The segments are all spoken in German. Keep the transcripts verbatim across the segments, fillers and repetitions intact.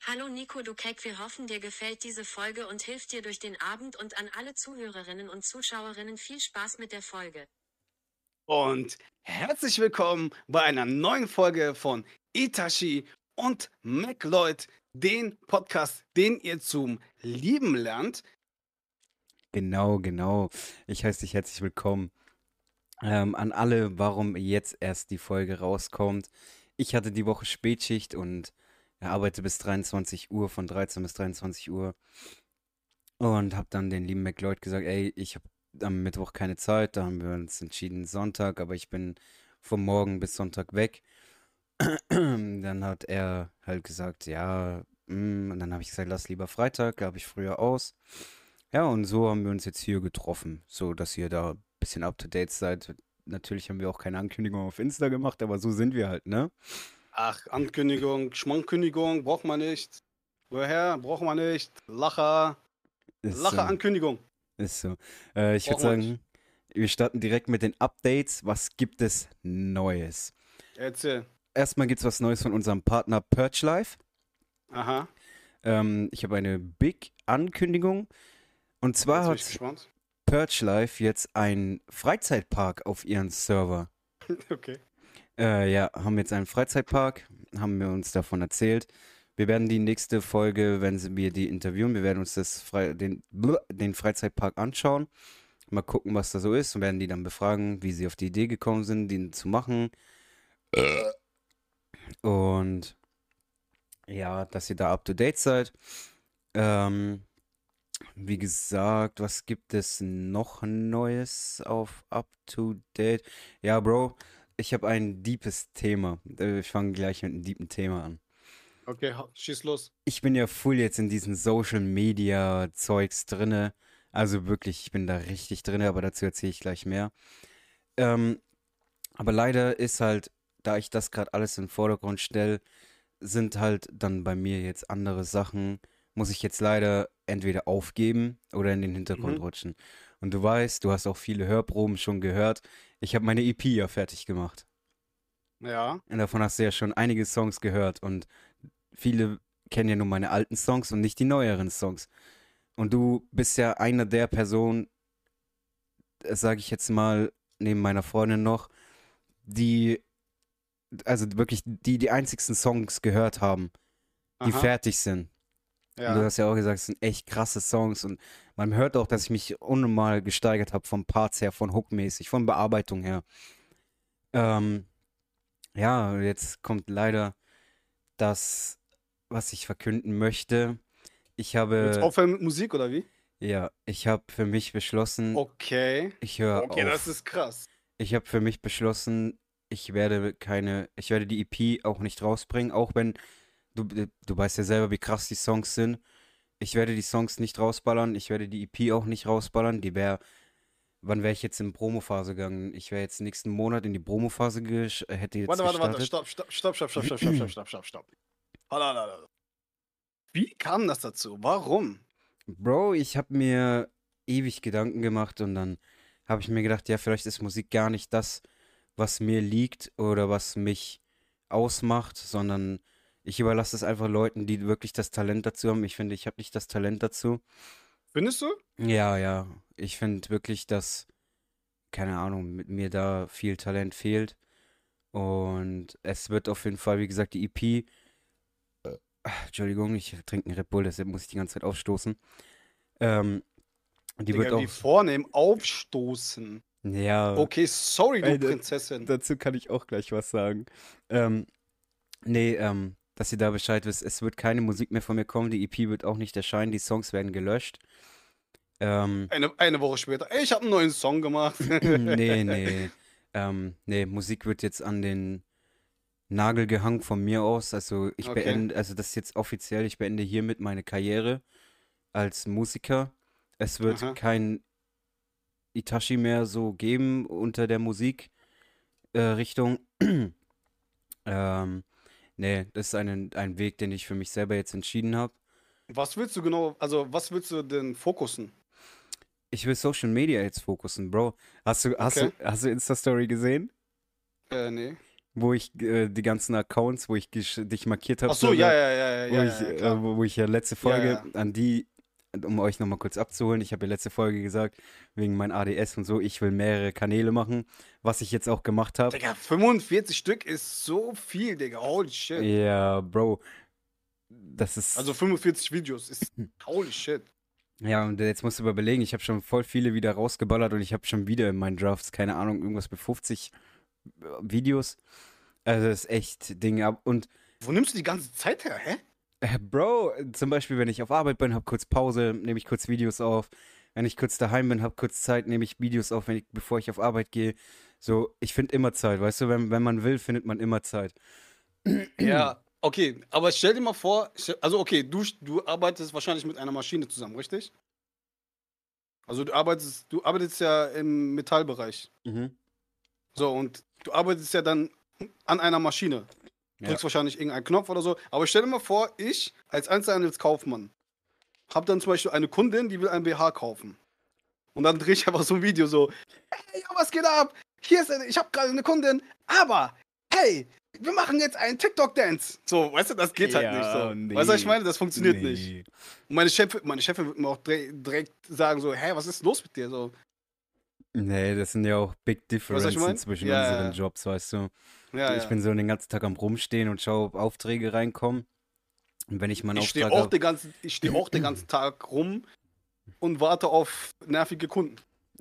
Hallo Nico du Keck, wir hoffen dir gefällt diese Folge und hilft dir durch den Abend und an alle Zuhörerinnen und Zuschauerinnen viel Spaß mit der Folge. Und herzlich willkommen bei einer neuen Folge von Itachi und McLeod, den Podcast, den ihr zum Lieben lernt. Genau, genau. Ich heiße dich herzlich willkommen. Ähm, an alle, warum jetzt erst die Folge rauskommt. Ich hatte die Woche Spätschicht und arbeite bis dreiundzwanzig Uhr, von dreizehn bis dreiundzwanzig Uhr. Und habe dann den lieben McLeod gesagt, ey, ich habe am Mittwoch keine Zeit. Da haben wir uns entschieden Sonntag, aber ich bin von morgen bis Sonntag weg. Dann hat er halt gesagt, ja, mm, und dann habe ich gesagt, lass lieber Freitag, da habe ich früher aus. Ja, und so haben wir uns jetzt hier getroffen, so dass ihr da ein bisschen up to date seid. Natürlich haben wir auch keine Ankündigung auf Insta gemacht, aber so sind wir halt, ne? Ach, Ankündigung, Schmankkündigung, braucht man nicht. Woher? Braucht man nicht. Lacher, Ist so, Lacher-Ankündigung. ist so. Äh, ich würde Braucht man nicht. sagen, wir starten direkt mit den Updates. Was gibt es Neues? Erzähl. Erstmal gibt es was Neues von unserem Partner Perch Life. Aha, Ähm, ich habe eine Big Ankündigung. Und zwar jetzt bin ich hat gespannt. Perch Life jetzt einen Freizeitpark auf ihren Server. Okay. Äh, ja, haben jetzt einen Freizeitpark, haben wir uns davon erzählt. Wir werden die nächste Folge, wenn sie- wir die interviewen, wir werden uns das Frei, den, bleh, den Freizeitpark anschauen, mal gucken, was da so ist und werden die dann befragen, wie sie auf die Idee gekommen sind, den zu machen. Und ja, dass ihr da up to date seid. Ähm, wie gesagt, was gibt es noch Neues auf up to date? Ja, Bro, ich habe ein deepes Thema. Äh, Ich fange gleich mit einem deepen Thema an. Okay, hau- schieß los. Ich bin ja full jetzt in diesen Social Media Zeugs drinne. Also wirklich, ich bin da richtig drinne, aber dazu erzähle ich gleich mehr. Ähm, aber leider ist halt, da ich das gerade alles in den Vordergrund stelle, sind halt dann bei mir jetzt andere Sachen, muss ich jetzt leider entweder aufgeben oder in den Hintergrund Mhm. rutschen. Und du weißt, du hast auch viele Hörproben schon gehört. Ich habe meine E P ja fertig gemacht. Ja. Und davon hast du ja schon einige Songs gehört. Und viele kennen ja nur meine alten Songs und nicht die neueren Songs. Und du bist ja einer der Personen, sage ich jetzt mal, neben meiner Freundin noch, die, also wirklich, die die einzigsten Songs gehört haben, die Aha. fertig sind. Und du Ja. hast ja auch gesagt, es sind echt krasse Songs und man hört auch, dass ich mich unnormal gesteigert habe vom Parts her, von Hook-mäßig, von Bearbeitung her. Ähm, ja, jetzt kommt leider das, was ich verkünden möchte. Ich Willst du habe, aufhören mit Musik oder wie? ja, ich habe für mich beschlossen, Okay. ich höre Okay, das auf. ist krass. Ich habe für mich beschlossen, ich werde keine, ich werde die E P auch nicht rausbringen, auch wenn du, du weißt ja selber, wie krass die Songs sind. Ich werde die Songs nicht rausballern, ich werde die E P auch nicht rausballern. Die wäre, wann wäre ich jetzt in Promophase gegangen? Ich wäre jetzt nächsten Monat in die Promophase gesch äh, hätte jetzt Warte, warte, warte. gestartet. Stopp, stopp, stopp, stopp, stopp, stopp, stopp, stopp, stopp, stopp, stopp. Hallo, hallo, hallo. Wie kam das dazu? Warum? Bro, ich habe mir ewig Gedanken gemacht und dann habe ich mir gedacht, ja, vielleicht ist Musik gar nicht das, was mir liegt oder was mich ausmacht, sondern ich überlasse es einfach Leuten, die wirklich das Talent dazu haben. Ich finde, ich habe nicht das Talent dazu. Findest du? Ja, ja, ich finde wirklich, dass, keine Ahnung, mit mir da viel Talent fehlt. Und es wird auf jeden Fall, wie gesagt, die E P. Ah, Entschuldigung, ich trinke einen Red Bull, deshalb muss ich die ganze Zeit aufstoßen. Ähm, die wird Digga, wie auch, vornehm aufstoßen. ja, Okay, sorry, du ey, da, Prinzessin. dazu kann ich auch gleich was sagen. Ähm, nee, ähm, dass ihr da Bescheid wisst, es wird keine Musik mehr von mir kommen, die E P wird auch nicht erscheinen, die Songs werden gelöscht. Ähm, Eine, eine Woche später. Ey, ich habe einen neuen Song gemacht. nee, nee, ähm, nee, Musik wird jetzt an den Nagel gehangen von mir aus. Also ich Okay. beende, also das ist jetzt offiziell, ich beende hiermit meine Karriere als Musiker. Es wird Aha. kein Itachi mehr so geben unter der Musikrichtung. Äh, Richtung. ähm, nee, das ist ein, ein Weg, den ich für mich selber jetzt entschieden habe. Was willst du genau, also was willst du denn fokussen? Ich will Social Media jetzt fokussen, Bro. Hast du, hast Okay. du, hast du Insta-Story gesehen? Äh, nee. wo ich äh, die ganzen Accounts, wo ich gesch- dich markiert habe, Ach so, ja, sogar, ja, ja, wo ja, ich, ja, ja, äh, klar. wo wo ich ja letzte Ja, Folge ja. an die, um euch nochmal kurz abzuholen, ich habe ja letzte Folge gesagt, wegen mein A D S und so, ich will mehrere Kanäle machen, was ich jetzt auch gemacht habe. Digga, fünfundvierzig Stück ist so viel, Digga. Holy shit. Ja, Bro, das Also ist, fünfundvierzig Videos ist holy shit. ja, und jetzt musst du mal überlegen, ich habe schon voll viele wieder rausgeballert und ich habe schon wieder in meinen Drafts, keine Ahnung, irgendwas bei fünfzig äh, Videos. Also das ist echt Ding ab. Und Wo nimmst du die ganze Zeit her, hä? äh, Bro, zum Beispiel, wenn ich auf Arbeit bin, hab kurz Pause, nehme ich kurz Videos auf. Wenn ich kurz daheim bin, hab kurz Zeit, nehme ich Videos auf, wenn ich, bevor ich auf Arbeit gehe. So, ich finde immer Zeit, weißt du, wenn, wenn man will, findet man immer Zeit. Ja, okay, aber stell dir mal vor, stell- also okay, du, du arbeitest wahrscheinlich mit einer Maschine zusammen, richtig? Also du arbeitest, du arbeitest ja im Metallbereich. Mhm. So, und du arbeitest ja dann an einer Maschine. Ja. Drückst wahrscheinlich irgendeinen Knopf oder so. Aber stell dir mal vor, ich als Einzelhandelskaufmann habe dann zum Beispiel eine Kundin, die will ein B H kaufen. Und dann drehe ich einfach so ein Video so, hey, ja, was geht ab? Hier ist eine, ich habe gerade eine Kundin, aber hey, wir machen jetzt einen TikTok-Dance. So, weißt du, das geht halt Ja, nicht so. nee. Weißt du, was ich meine? Das funktioniert Nee. nicht. Und meine Chefin, meine Chefin wird mir auch dire- direkt sagen so, hä, was ist los mit dir? So, Nee, das sind ja auch Big was ich Differences mein? zwischen Ja, unseren ja. Jobs, weißt du. Ja, Ich ja. bin so den ganzen Tag am Rumstehen und schaue, ob Aufträge reinkommen. Und wenn ich meinen Ich stehe Auftrag auch, habe. den ganzen- ich steh auch den ganzen Tag rum und warte auf nervige Kunden.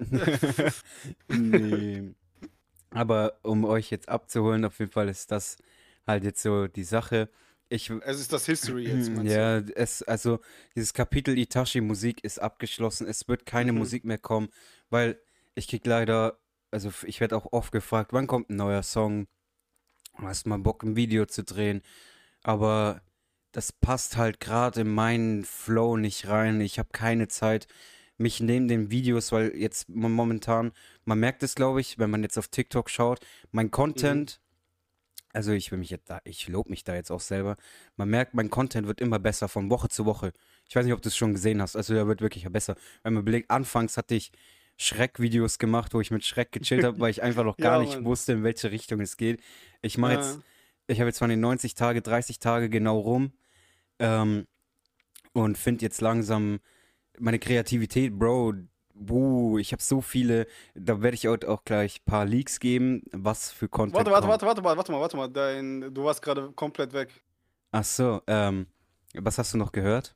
Nee. Aber um euch jetzt abzuholen, auf jeden Fall ist das halt jetzt so die Sache. Ich, Es ist das History jetzt, meinst du? ja, es, also dieses Kapitel Itachi Musik ist abgeschlossen. Es wird keine Mhm. Musik mehr kommen, weil ich krieg leider, also f- ich werde auch oft gefragt, wann kommt ein neuer Song? Hast mal Bock, ein Video zu drehen? Aber das passt halt gerade in meinen Flow nicht rein. Ich habe keine Zeit, mich neben den Videos, weil jetzt mo- momentan, man merkt es, glaube ich, wenn man jetzt auf TikTok schaut, mein Content, also ich will mich jetzt da, ich lobe mich da jetzt auch selber, man merkt, mein Content wird immer besser von Woche zu Woche. Ich weiß nicht, ob du es schon gesehen hast, also der wird wirklich besser. Wenn man überlegt, anfangs hatte ich Schreck-Videos gemacht, wo ich mit Schreck gechillt habe, weil ich einfach noch gar Ja, nicht Mann. wusste, in welche Richtung es geht. Ich mache Ja. jetzt, ich habe jetzt meine neunzig Tage, dreißig Tage genau rum ähm, und finde jetzt langsam meine Kreativität, Bro. Buh, ich habe so viele, da werde ich heute auch gleich ein paar Leaks geben, was für Content Warte, warte, kommt. warte, warte mal, warte mal, warte mal. Dein, du warst gerade komplett weg. Ach so, ähm, was hast du noch gehört?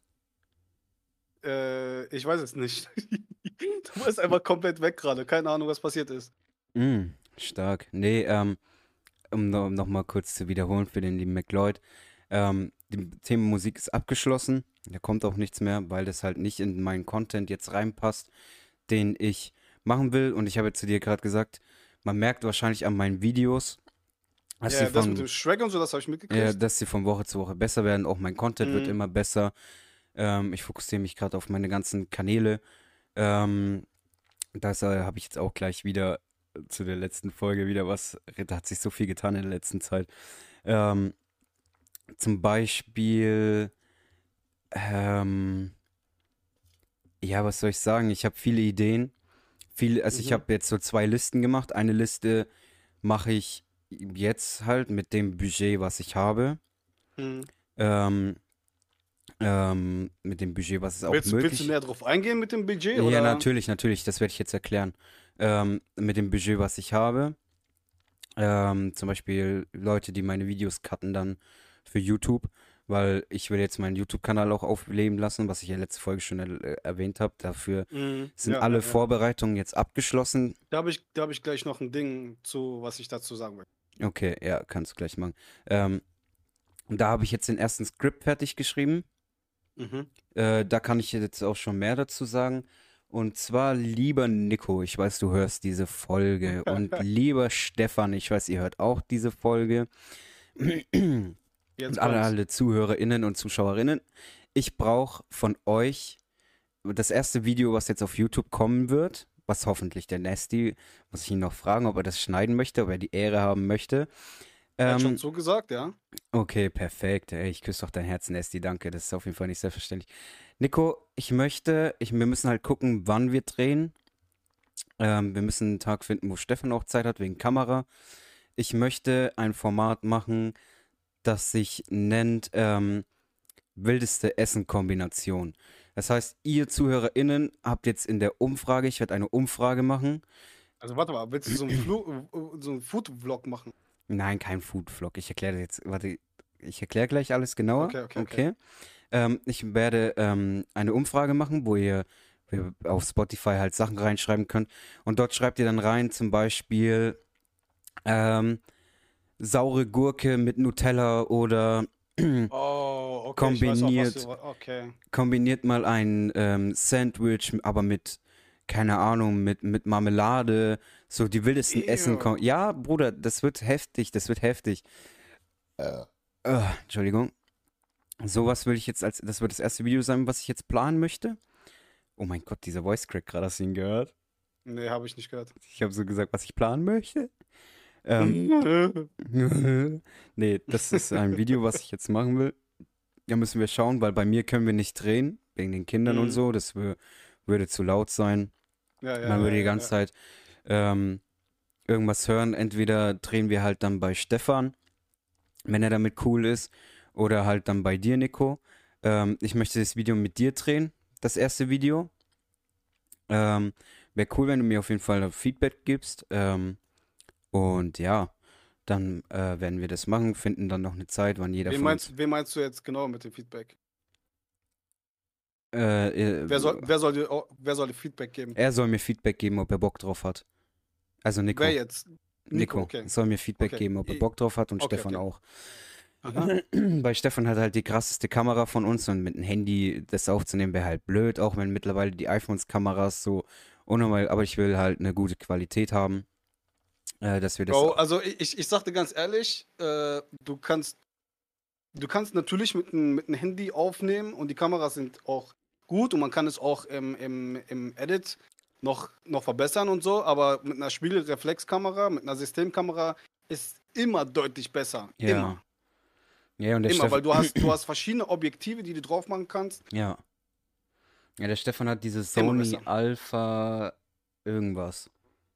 Äh, ich weiß es nicht. Du warst einfach komplett weg gerade. Keine Ahnung, was passiert ist. Mm, stark. Nee, ähm, um no, noch mal kurz zu wiederholen für den lieben McLeod. Ähm, die Thema Musik ist abgeschlossen. Da kommt auch nichts mehr, weil das halt nicht in meinen Content jetzt reinpasst, den ich machen will. Und ich habe zu dir gerade gesagt, man merkt wahrscheinlich an meinen Videos, dass Ja, sie das von, mit dem Shrek und so, das habe ich ja, mitgekriegt. dass sie von Woche zu Woche besser werden. Auch mein Content wird Mhm. immer besser. Ähm, ich fokussiere mich gerade auf meine ganzen Kanäle. Ähm, das äh, habe ich jetzt auch gleich wieder äh, zu der letzten Folge wieder was. Da hat sich so viel getan in der letzten Zeit. Ähm, zum Beispiel, ähm, ja, was soll ich sagen? Ich habe viele Ideen. Viel, also ich Mhm. habe jetzt so zwei Listen gemacht. Eine Liste mache ich jetzt halt mit dem Budget, was ich habe. Mhm. Ähm, ähm, mit dem Budget, was ist auch Willst, willst du möglich. näher drauf eingehen mit dem Budget? Ja, Oder? natürlich, natürlich, das werde ich jetzt erklären. Ähm, mit dem Budget, was ich habe. Ähm, zum Beispiel Leute, die meine Videos cutten dann für YouTube, weil ich will jetzt meinen YouTube-Kanal auch aufleben lassen, was ich ja letzte Folge schon er erwähnt habe. Dafür Mhm. sind Ja, alle ja, ja. Vorbereitungen jetzt abgeschlossen. Da habe ich, da hab ich gleich noch ein Ding zu, was ich dazu sagen will. Okay, ja, kannst du gleich machen. Ähm, und da habe ich jetzt den ersten Skript fertig geschrieben. Mhm. Äh, da kann ich jetzt auch schon mehr dazu sagen. Und zwar, lieber Nico, ich weiß, du hörst diese Folge. Und lieber Stefan, ich weiß, ihr hört auch diese Folge. Jetzt Und alle, kommt's. alle ZuhörerInnen und Zuschauerinnen. Ich brauche von euch das erste Video, was jetzt auf YouTube kommen wird, was hoffentlich der Nasty, muss ich ihn noch fragen, ob er das schneiden möchte, ob er die Ehre haben möchte. Er hat schon Ähm, zugesagt, ja. Okay, perfekt. Ey, ich küsse doch dein Herz, Nasty, danke. Das ist auf jeden Fall nicht selbstverständlich. Nico, ich möchte, ich, wir müssen halt gucken, wann wir drehen. Ähm, wir müssen einen Tag finden, wo Stefan auch Zeit hat, wegen Kamera. ich möchte ein Format machen, das sich nennt ähm, wildeste Essen-Kombination. Das heißt, ihr ZuhörerInnen habt jetzt in der Umfrage, ich werde eine Umfrage machen. Also warte mal, willst du so einen, Flu äh, so einen Food-Vlog machen? Nein, kein Food-Vlog. Ich erkläre jetzt, warte, ich erkläre gleich alles genauer. Okay, okay, okay. Ähm, ich werde ähm, eine Umfrage machen, wo ihr, wo ihr auf Spotify halt Sachen reinschreiben könnt. Und dort schreibt ihr dann rein, zum Beispiel ähm, saure Gurke mit Nutella oder Oh, okay, ich weiß auch, was kombiniert, du... Okay. kombiniert mal ein ähm, Sandwich, aber mit, keine Ahnung, mit, mit Marmelade, so die wildesten Essen. Ew. Ja, Bruder, das wird heftig, das wird heftig. Äh, Entschuldigung. Sowas will ich jetzt als, das wird das erste Video sein, was ich jetzt planen möchte. Oh mein Gott, dieser Voice Crack, gerade hast du ihn gehört? Nee, habe ich nicht gehört. Ich habe so gesagt, was ich planen möchte. Ähm, nee, das ist ein Video, was ich jetzt machen will. Da müssen wir schauen, weil bei mir können wir nicht drehen, wegen den Kindern und Mhm. so. Das wür- würde zu laut sein. Ja, ja, Man würde ja, die ja, ganze ja. Zeit ähm, irgendwas hören. Entweder drehen wir halt dann bei Stefan, wenn er damit cool ist, oder halt dann bei dir, Nico. Ähm, ich möchte das Video mit dir drehen, das erste Video. Ähm, Wäre cool, wenn du mir auf jeden Fall Feedback gibst. Ähm, und ja, dann äh, werden wir das machen, finden dann noch eine Zeit, wann jeder Wen von uns. meinst, wen meinst du jetzt genau mit dem Feedback? Äh, äh, Wer soll, wer soll, dir, oh, wer soll dir Feedback geben? er soll mir Feedback geben, ob er Bock drauf hat. Also Nico. Wer jetzt? Nico, okay. soll mir Feedback Okay. geben, ob er I- Bock drauf hat und okay, Stefan okay. auch. Aha. Bei Stefan hat halt die krasseste Kamera von uns und mit dem Handy das aufzunehmen wäre halt blöd, auch wenn mittlerweile die iPhones-Kameras so unnormal, aber ich will halt eine gute Qualität haben, äh, dass wir das. Bro, also ich, ich, ich sag dir ganz ehrlich, äh, du kannst, du kannst natürlich mit einem mit einem Handy aufnehmen und die Kameras sind auch gut und man kann es auch im, im, im Edit noch, noch verbessern und so, aber mit einer Spiegelreflexkamera, mit einer Systemkamera ist immer deutlich besser. Ja. Immer. Ja, und der Immer, Stefan, weil du hast, du hast verschiedene Objektive, die du drauf machen kannst. ja. Ja, der Stefan hat diese Immer Sony besser. Alpha irgendwas.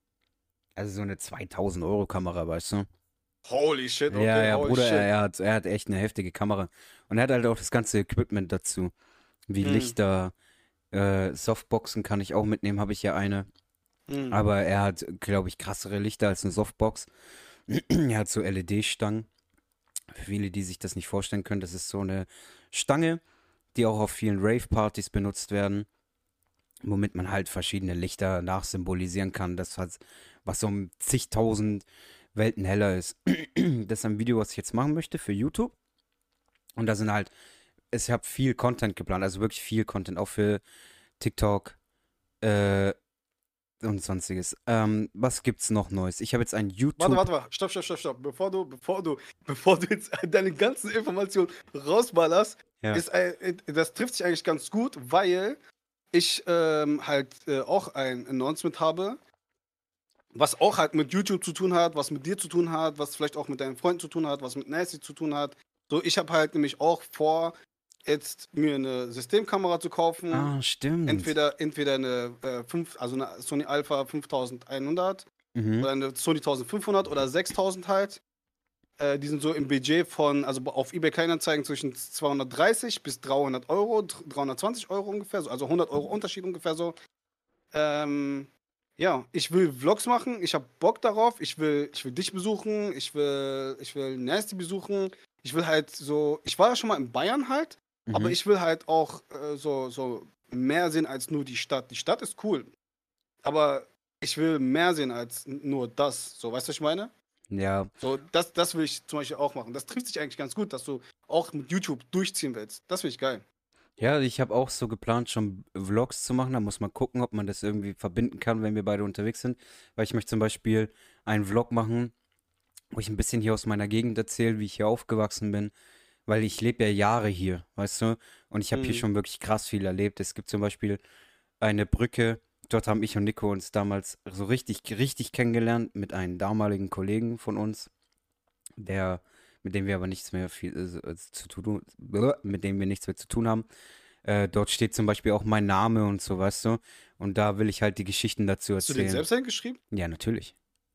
Also so eine zweitausend Euro Kamera, weißt du? Holy shit, okay, Ja, ja, holy Bruder, shit. er, er hat, er hat echt eine heftige Kamera. Und er hat halt auch das ganze Equipment dazu. Wie Mhm. Lichter, äh, Softboxen kann ich auch mitnehmen, habe ich ja eine. Mhm. Aber er hat, glaube ich, krassere Lichter als eine Softbox. Er hat so L E D-Stangen. Für viele, die sich das nicht vorstellen können, das ist so eine Stange, die auch auf vielen Rave-Partys benutzt werden, womit man halt verschiedene Lichter nachsymbolisieren kann, das hat, was so um zigtausend Welten heller ist. Das ist ein Video, was ich jetzt machen möchte für YouTube. Und da sind halt, ich habe viel Content geplant, also wirklich viel Content, auch für TikTok äh, und sonstiges. Ähm, was gibt's noch Neues? Ich habe jetzt ein YouTube. Warte, warte, warte, stopp, stopp, stopp, stopp. Bevor du, bevor du, bevor du jetzt deine ganzen Informationen rausballerst, Ja. ist, ein- das trifft sich eigentlich ganz gut, weil ich ähm, halt äh, auch ein Announcement habe, was auch halt mit YouTube zu tun hat, was mit dir zu tun hat, was vielleicht auch mit deinen Freunden zu tun hat, was mit Nancy zu tun hat. So, ich habe halt nämlich auch vor, jetzt mir eine Systemkamera zu kaufen. Ah, stimmt. Entweder, entweder eine, äh, fünf, also eine Sony Alpha fünftausendeinhundert Mhm. oder eine Sony eintausendfünfhundert oder sechstausend halt. Äh, die sind so im Budget von, also auf eBay Kleinanzeigen zwischen zweihundertdreißig bis dreihundert Euro, dreihundertzwanzig Euro ungefähr, so, also hundert Euro Unterschied ungefähr so. Ähm, ja, ich will Vlogs machen, ich habe Bock darauf, ich will, ich will dich besuchen, ich will, ich will Nasty besuchen, ich will halt so, ich war ja schon mal in Bayern halt, aber Mhm. ich will halt auch äh, so, so mehr sehen als nur die Stadt. Die Stadt ist cool, aber ich will mehr sehen als n- nur das. So, weißt du, was ich meine? Ja, So, das, das will ich zum Beispiel auch machen. Das trifft sich eigentlich ganz gut, dass du auch mit YouTube durchziehen willst. Das finde ich geil. ja, ich habe auch so geplant, schon Vlogs zu machen. Da muss man gucken, ob man das irgendwie verbinden kann, wenn wir beide unterwegs sind. Weil ich möchte zum Beispiel einen Vlog machen, wo ich ein bisschen hier aus meiner Gegend erzähle, wie ich hier aufgewachsen bin. Weil ich lebe ja Jahre hier, weißt du? Und ich habe hier Mhm. schon wirklich krass viel erlebt. Es gibt zum Beispiel eine Brücke, dort haben ich und Nico uns damals so richtig, richtig kennengelernt mit einem damaligen Kollegen von uns, der, mit dem wir aber nichts mehr viel äh, zu tun, mit dem wir nichts mehr zu tun haben. Äh, dort steht zum Beispiel auch mein Name und so, weißt du? Und da will ich halt die Geschichten dazu Hast du den erzählen. selbst eingeschrieben? Ja, natürlich.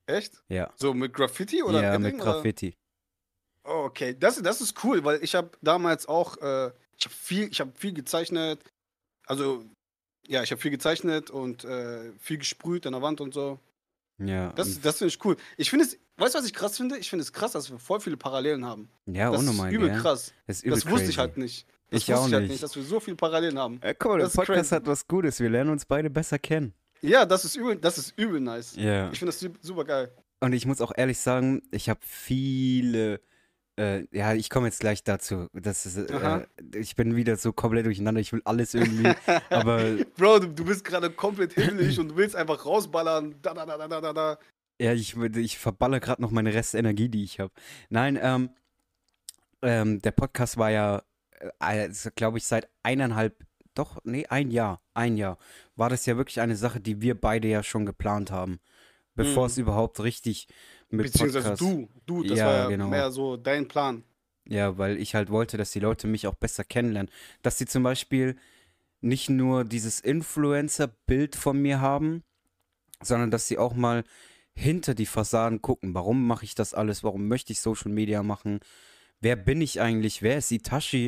Echt? Ja. So mit Graffiti oder Ja, Edding? mit Graffiti. Oder? Oh, okay, das, das ist cool, weil ich habe damals auch, äh, ich habe viel, ich habe viel gezeichnet. Also, ja, ich habe viel gezeichnet und äh, viel gesprüht an der Wand und so. Ja, Das, und, das finde ich cool. Ich finde es, weißt du, was ich krass finde? Ich finde es krass, dass wir voll viele Parallelen haben. ja, Das ist unnormal, übel gell? krass. Das ist übel Das wusste ich crazy. halt nicht. Das Ich wusste auch ich halt nicht. nicht, dass wir so viele Parallelen haben. Äh, guck mal, der Das ist Podcast crazy. hat was Gutes. Wir lernen uns beide besser kennen. Ja, das ist übel, das ist übel nice. Ja. Ich finde das su- super geil. Und ich muss auch ehrlich sagen, ich habe viele. Äh, ja, ich komme jetzt gleich dazu. Das ist, äh, Aha. ich bin wieder so komplett durcheinander. Ich will alles irgendwie. Aber Bro, du, du bist gerade komplett himmlisch und du willst einfach rausballern. Da, da, da, da, da, da, da. ja, ich, ich verballer gerade noch meine Restenergie, die ich habe. Nein, ähm, ähm, der Podcast war ja, äh, glaube ich, seit eineinhalb, doch, nee, ein Jahr, ein Jahr, war das ja wirklich eine Sache, die wir beide ja schon geplant haben, bevor Mhm. es überhaupt richtig mit Beziehungsweise Podcast. du, du, das Ja, war ja genau. mehr so dein Plan. Ja, weil ich halt wollte, dass die Leute mich auch besser kennenlernen. Dass sie zum Beispiel nicht nur dieses Influencer-Bild von mir haben, sondern dass sie auch mal hinter die Fassaden gucken. Warum mache ich das alles? Warum möchte ich Social Media machen? Wer bin ich eigentlich? Wer ist Itachi?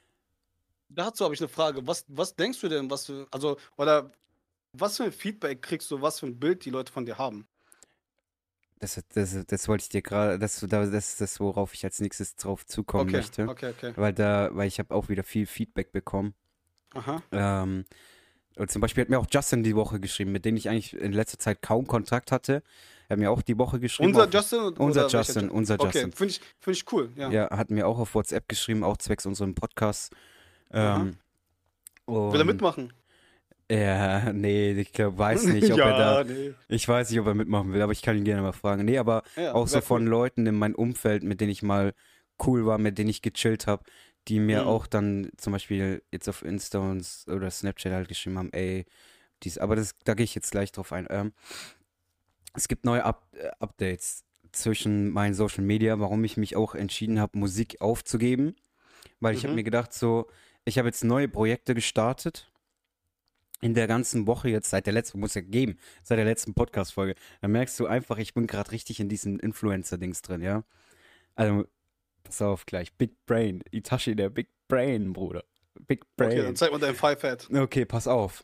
Dazu habe ich eine Frage. Was, was denkst du denn, was für, also, oder was für ein Feedback kriegst du, was für ein Bild die Leute von dir haben? Das, das, das wollte ich dir gerade, das, das ist das, worauf ich als nächstes drauf zukommen Okay, möchte. okay, okay. Weil da, weil ich habe auch wieder viel Feedback bekommen. Aha. Ähm, und zum Beispiel hat mir auch Justin die Woche geschrieben, mit dem ich eigentlich in letzter Zeit kaum Kontakt hatte. Er hat mir auch die Woche geschrieben. Unser auf, Justin? Oder unser welcher Justin, Ju- unser Okay, Justin. finde ich, find ich cool, ja. Ja, hat mir auch auf WhatsApp geschrieben, auch zwecks unserem Podcast. Aha. Ähm, Will er und mitmachen? ja, nee, ich glaub, weiß nicht, ob er da, ja, nee. ich weiß nicht, ob er mitmachen will, aber ich kann ihn gerne mal fragen. Nee, aber Ja, auch so wär von cool. Leuten in meinem Umfeld, mit denen ich mal cool war, mit denen ich gechillt habe, die mir Mhm. auch dann zum Beispiel jetzt auf Insta und s- oder Snapchat halt geschrieben haben, ey, dies, aber das, da gehe ich jetzt gleich drauf ein. Ähm, es gibt neue Up äh, Updates zwischen meinen Social Media, warum ich mich auch entschieden habe, Musik aufzugeben, weil ich habe Mhm. mir gedacht, so, ich habe jetzt neue Projekte gestartet. In der ganzen Woche jetzt, seit der letzten, muss ja geben, seit der letzten Podcast-Folge, da merkst du einfach, ich bin gerade richtig in diesen Influencer-Dings drin, ja. Also, pass auf gleich, Big Brain, Itachi, der Big Brain, Bruder. Big Okay, dann Brain. zeig mal dein Five-Head. Okay, pass auf.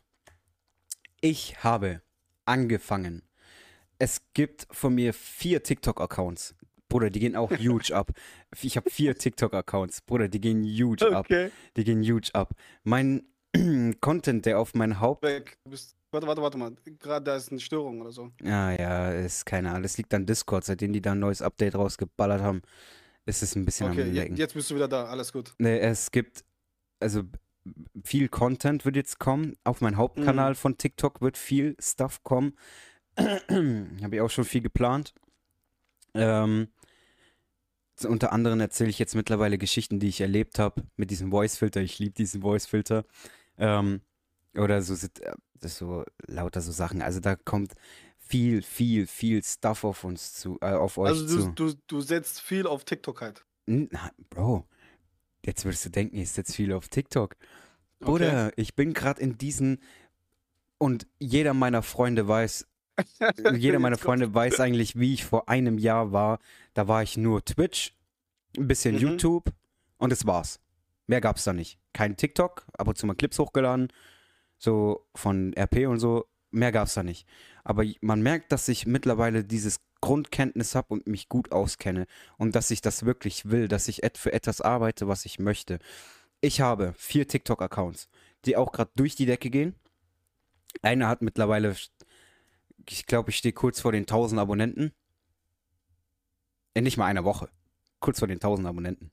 Ich habe angefangen. Es gibt von mir vier TikTok-Accounts. Bruder, die gehen auch huge ab. Ich habe vier TikTok-Accounts. Bruder, die gehen huge ab. Okay. Die gehen huge ab. Mein Content, der auf mein Haupt... Weg. Du bist, warte, warte, warte mal. Gerade da ist eine Störung oder so. Ah ja, ist keine Ahnung. Das liegt an Discord. Seitdem die da ein neues Update rausgeballert haben, ist es ein bisschen Okay, am je, Lecken. jetzt bist du wieder da. Alles gut. Nee, es gibt, also viel Content wird jetzt kommen. Auf meinem Hauptkanal Mhm. von TikTok wird viel Stuff kommen. Habe ich auch schon viel geplant. Ähm, so unter anderem erzähle ich jetzt mittlerweile Geschichten, die ich erlebt habe mit diesem Voice-Filter. Ich liebe diesen Voice-Filter. Ähm, oder so, sit- äh, das ist so lauter so Sachen. Also da kommt viel, viel, viel Stuff auf uns zu, äh, auf euch Also zu. du, du, du setzt viel auf TikTok halt. N- na, Bro, jetzt würdest du denken, ich setze viel auf TikTok. Okay. Bruder, ich bin gerade in diesen und jeder meiner Freunde weiß, jeder meiner Jetzt kommt's. Freunde weiß eigentlich, wie ich vor einem Jahr war. Da war ich nur Twitch, ein bisschen Mhm. YouTube und das war's. Mehr gab's da nicht. Kein TikTok, ab und zu mal Clips hochgeladen, so von R P und so. Mehr gab's da nicht. Aber man merkt, dass ich mittlerweile dieses Grundkenntnis habe und mich gut auskenne und dass ich das wirklich will, dass ich et- für etwas arbeite, was ich möchte. Ich habe vier TikTok-Accounts, die auch gerade durch die Decke gehen. Einer hat mittlerweile, ich glaube, ich stehe kurz vor den tausend Abonnenten. In nicht mal einer Woche. Kurz vor den tausend Abonnenten.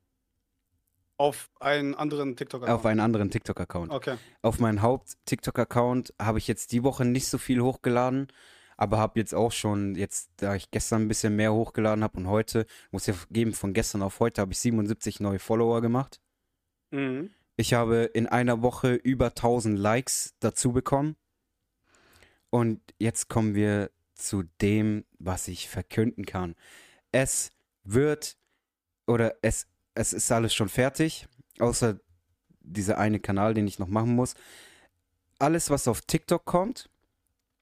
Auf einen anderen TikTok-Account. Auf einen anderen TikTok-Account. Okay. Auf meinen Haupt-TikTok-Account habe ich jetzt die Woche nicht so viel hochgeladen, aber habe jetzt auch schon, jetzt, da ich gestern ein bisschen mehr hochgeladen habe und heute, muss ja geben, von gestern auf heute habe ich siebenundsiebzig neue Follower gemacht. Mhm. Ich habe in einer Woche über tausend Likes dazu bekommen. Und jetzt kommen wir zu dem, was ich verkünden kann. Es wird, oder es, es ist alles schon fertig, außer dieser eine Kanal, den ich noch machen muss. Alles, was auf TikTok kommt,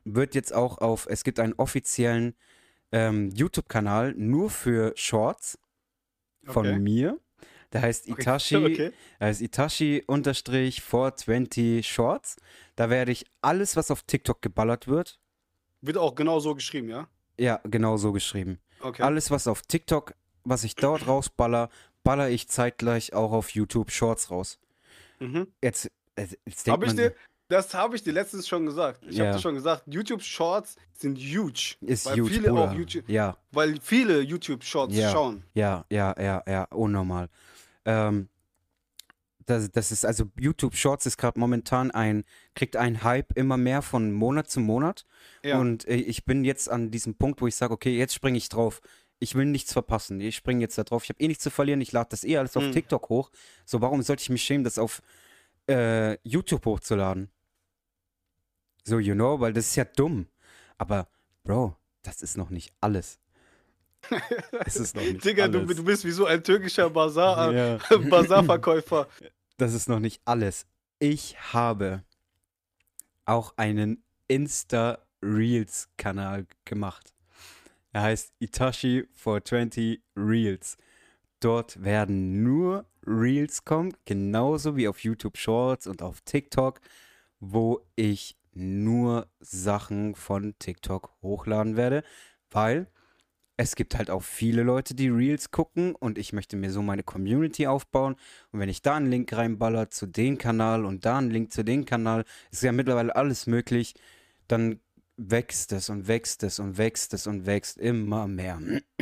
wird jetzt auch auf, es gibt einen offiziellen ähm, YouTube-Kanal nur für Shorts von Okay. mir. Der heißt Okay. Itachi, Okay. der heißt Itachi unterstrich vierhundertzwanzig Shorts. Da werde ich alles, was auf TikTok geballert wird, Wird auch genau so geschrieben, ja? ja, genau so geschrieben. Okay. Alles, was auf TikTok, was ich dort rausballer, baller ich zeitgleich auch auf YouTube Shorts raus. Mhm. Jetzt, äh, jetzt denkt Hab ich man, dir, das habe ich dir letztens schon gesagt. Ich habe Ja. dir schon gesagt, YouTube Shorts sind huge. ist weil huge, viele Bruder. auch YouTube, Ja, weil viele YouTube Shorts Ja. schauen. ja, ja, ja, ja, unnormal. Ähm, das, das ist, also YouTube Shorts ist gerade momentan ein, kriegt einen Hype immer mehr von Monat zu Monat. Ja. Und äh, ich bin jetzt an diesem Punkt, wo ich sage, okay, jetzt springe ich drauf. Ich will nichts verpassen. Ich springe jetzt da drauf. Ich habe eh nichts zu verlieren. Ich lade das eh alles auf Hm. TikTok hoch. So, warum sollte ich mich schämen, das auf äh, YouTube hochzuladen? So, you know, weil das ist ja dumm. Aber, Bro, das ist noch nicht alles. Es ist noch nicht Digga, du, alles. du bist wie so ein türkischer Bazar, Ja. Bazarverkäufer. Das ist noch nicht alles. Ich habe auch einen Insta-Reels-Kanal gemacht. Er heißt Itachi vierhundertzwanzig Reels. Dort werden nur Reels kommen, genauso wie auf YouTube Shorts und auf TikTok, wo ich nur Sachen von TikTok hochladen werde, weil es gibt halt auch viele Leute, die Reels gucken und ich möchte mir so meine Community aufbauen. Und wenn ich da einen Link reinballer zu dem Kanal und da einen Link zu dem Kanal, ist ja mittlerweile alles möglich, dann wächst es und wächst es und wächst es und wächst immer mehr.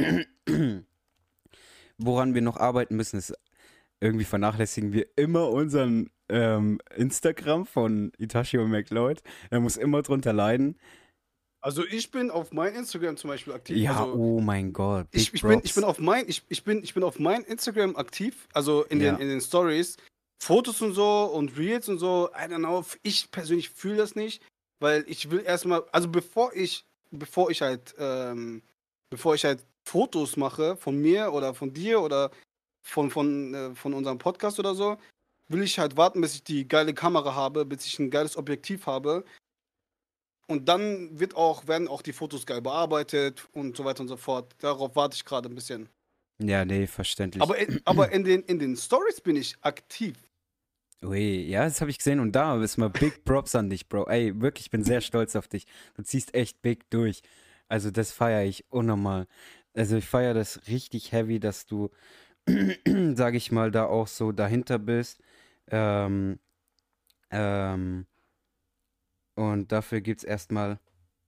Woran wir noch arbeiten müssen, ist, irgendwie vernachlässigen wir immer unseren ähm, Instagram von Itachi und McLeod. Er muss immer drunter leiden. Also ich bin auf mein Instagram zum Beispiel aktiv. Ja, also, oh mein Gott. Big ich, ich, bin, ich Props. bin auf mein, ich, ich bin, ich bin auf mein Instagram aktiv, also in Ja. den, in den Stories. Fotos und so und Reels und so, I don't know, ich persönlich fühle das nicht, weil ich will erstmal, also bevor ich, bevor ich halt, ähm, bevor ich halt Fotos mache von mir oder von dir oder von, von, äh, von unserem Podcast oder so, will ich halt warten, bis ich die geile Kamera habe, bis ich ein geiles Objektiv habe. Und dann wird auch, werden auch die Fotos geil bearbeitet und so weiter und so fort. Darauf warte ich gerade ein bisschen. Ja, nee, verständlich. Aber, in, aber in, den, in den Stories bin ich aktiv. Ui, ja, das habe ich gesehen und da ist mal Big Props an dich, Bro. Ey, wirklich, ich bin sehr stolz auf dich. Du ziehst echt big durch. Also das feiere ich unnormal. Also ich feiere das richtig heavy, dass du, sage ich mal, da auch so dahinter bist. Ähm, ähm, und dafür gibt's erstmal.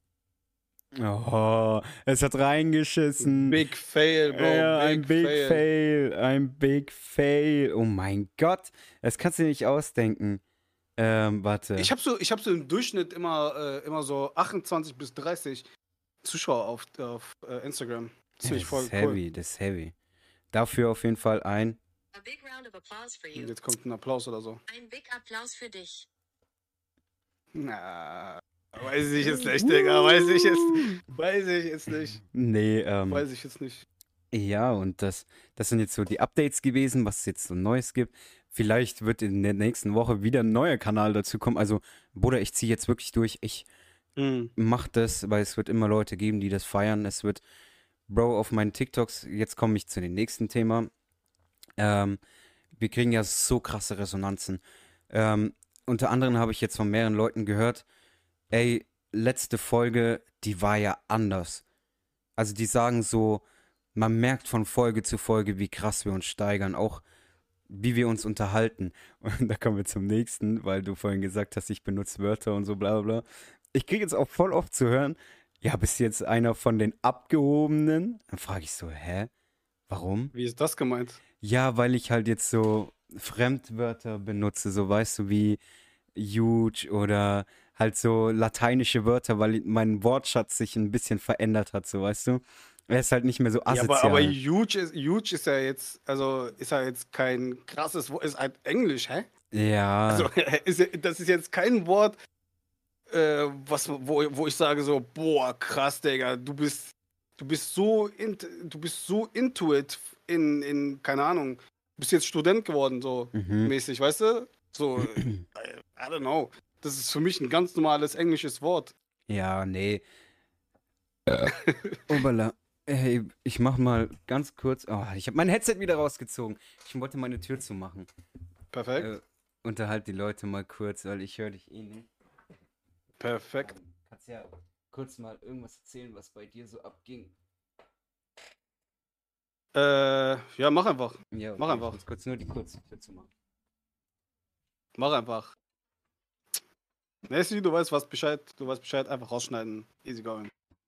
Oh, es hat reingeschissen. Big Fail, Bro. Ja, big, ein Big fail. Fail. ein Big Fail. Oh mein Gott, das kannst du dir nicht ausdenken. Ähm, warte. Ich habe so, ich hab so im Durchschnitt immer, äh, immer so achtundzwanzig bis dreißig Zuschauer auf, auf äh, Instagram. Ja, Ziemlich das voll ist cool. heavy, das ist heavy. Dafür auf jeden Fall ein. A big round of applause for Und you. jetzt kommt ein Applaus oder so. Ein big Applaus für dich. Na, weiß ich jetzt nicht, Digga. Weiß ich jetzt, weiß ich jetzt nicht. Nee, ähm, Weiß ich jetzt nicht. ja, und das, das sind jetzt so die Updates gewesen, was es jetzt so Neues gibt. Vielleicht wird in der nächsten Woche wieder ein neuer Kanal dazu kommen. Also, Bruder, ich ziehe jetzt wirklich durch. Ich Mhm. mach das, weil es wird immer Leute geben, die das feiern. Es wird, Bro, auf meinen TikToks, jetzt komme ich zu dem nächsten Thema. Ähm, wir kriegen ja so krasse Resonanzen. Ähm, unter anderem habe ich jetzt von mehreren Leuten gehört, ey, letzte Folge, die war ja anders. Also die sagen so, man merkt von Folge zu Folge, wie krass wir uns steigern, auch wie wir uns unterhalten. Und da kommen wir zum nächsten, weil du vorhin gesagt hast, ich benutze Wörter und so bla bla bla. Ich kriege jetzt auch voll oft zu hören, ja, bist du jetzt einer von den Abgehobenen? Dann frage ich so, hä? Warum? Wie ist das gemeint? Ja, weil ich halt jetzt so Fremdwörter benutze, so weißt du, wie huge oder halt so lateinische Wörter, weil mein Wortschatz sich ein bisschen verändert hat, so weißt du. Er ist halt nicht mehr so Ja, asozial. aber, aber huge, ist, huge ist ja jetzt, also ist ja jetzt kein krasses Wort, ist halt Englisch, hä? Ja, Also ist, ja- das ist jetzt kein Wort, äh, was, wo, wo ich sage so, boah, krass, Digga, du bist, du bist so, in, du bist so into it in, in, keine Ahnung, du bist jetzt Student geworden, so mhm. mäßig, weißt du? So, I, I don't know. Das ist für mich ein ganz normales englisches Wort. Ja, nee. Obala. Hey, ich mach mal ganz kurz. Oh, ich habe mein Headset wieder rausgezogen. Ich wollte meine Tür zumachen. Perfekt. Äh, unterhalt die Leute mal kurz, weil ich höre dich eh nicht. Perfekt. Ähm, kannst ja kurz mal irgendwas erzählen, was bei dir so abging. Äh, ja, mach einfach. Ja, Mach okay, ich einfach. muss kurz nur die kurze Tür zumachen. Mach einfach. Nessie, du weißt was Bescheid, du weißt Bescheid, einfach rausschneiden. Easy going.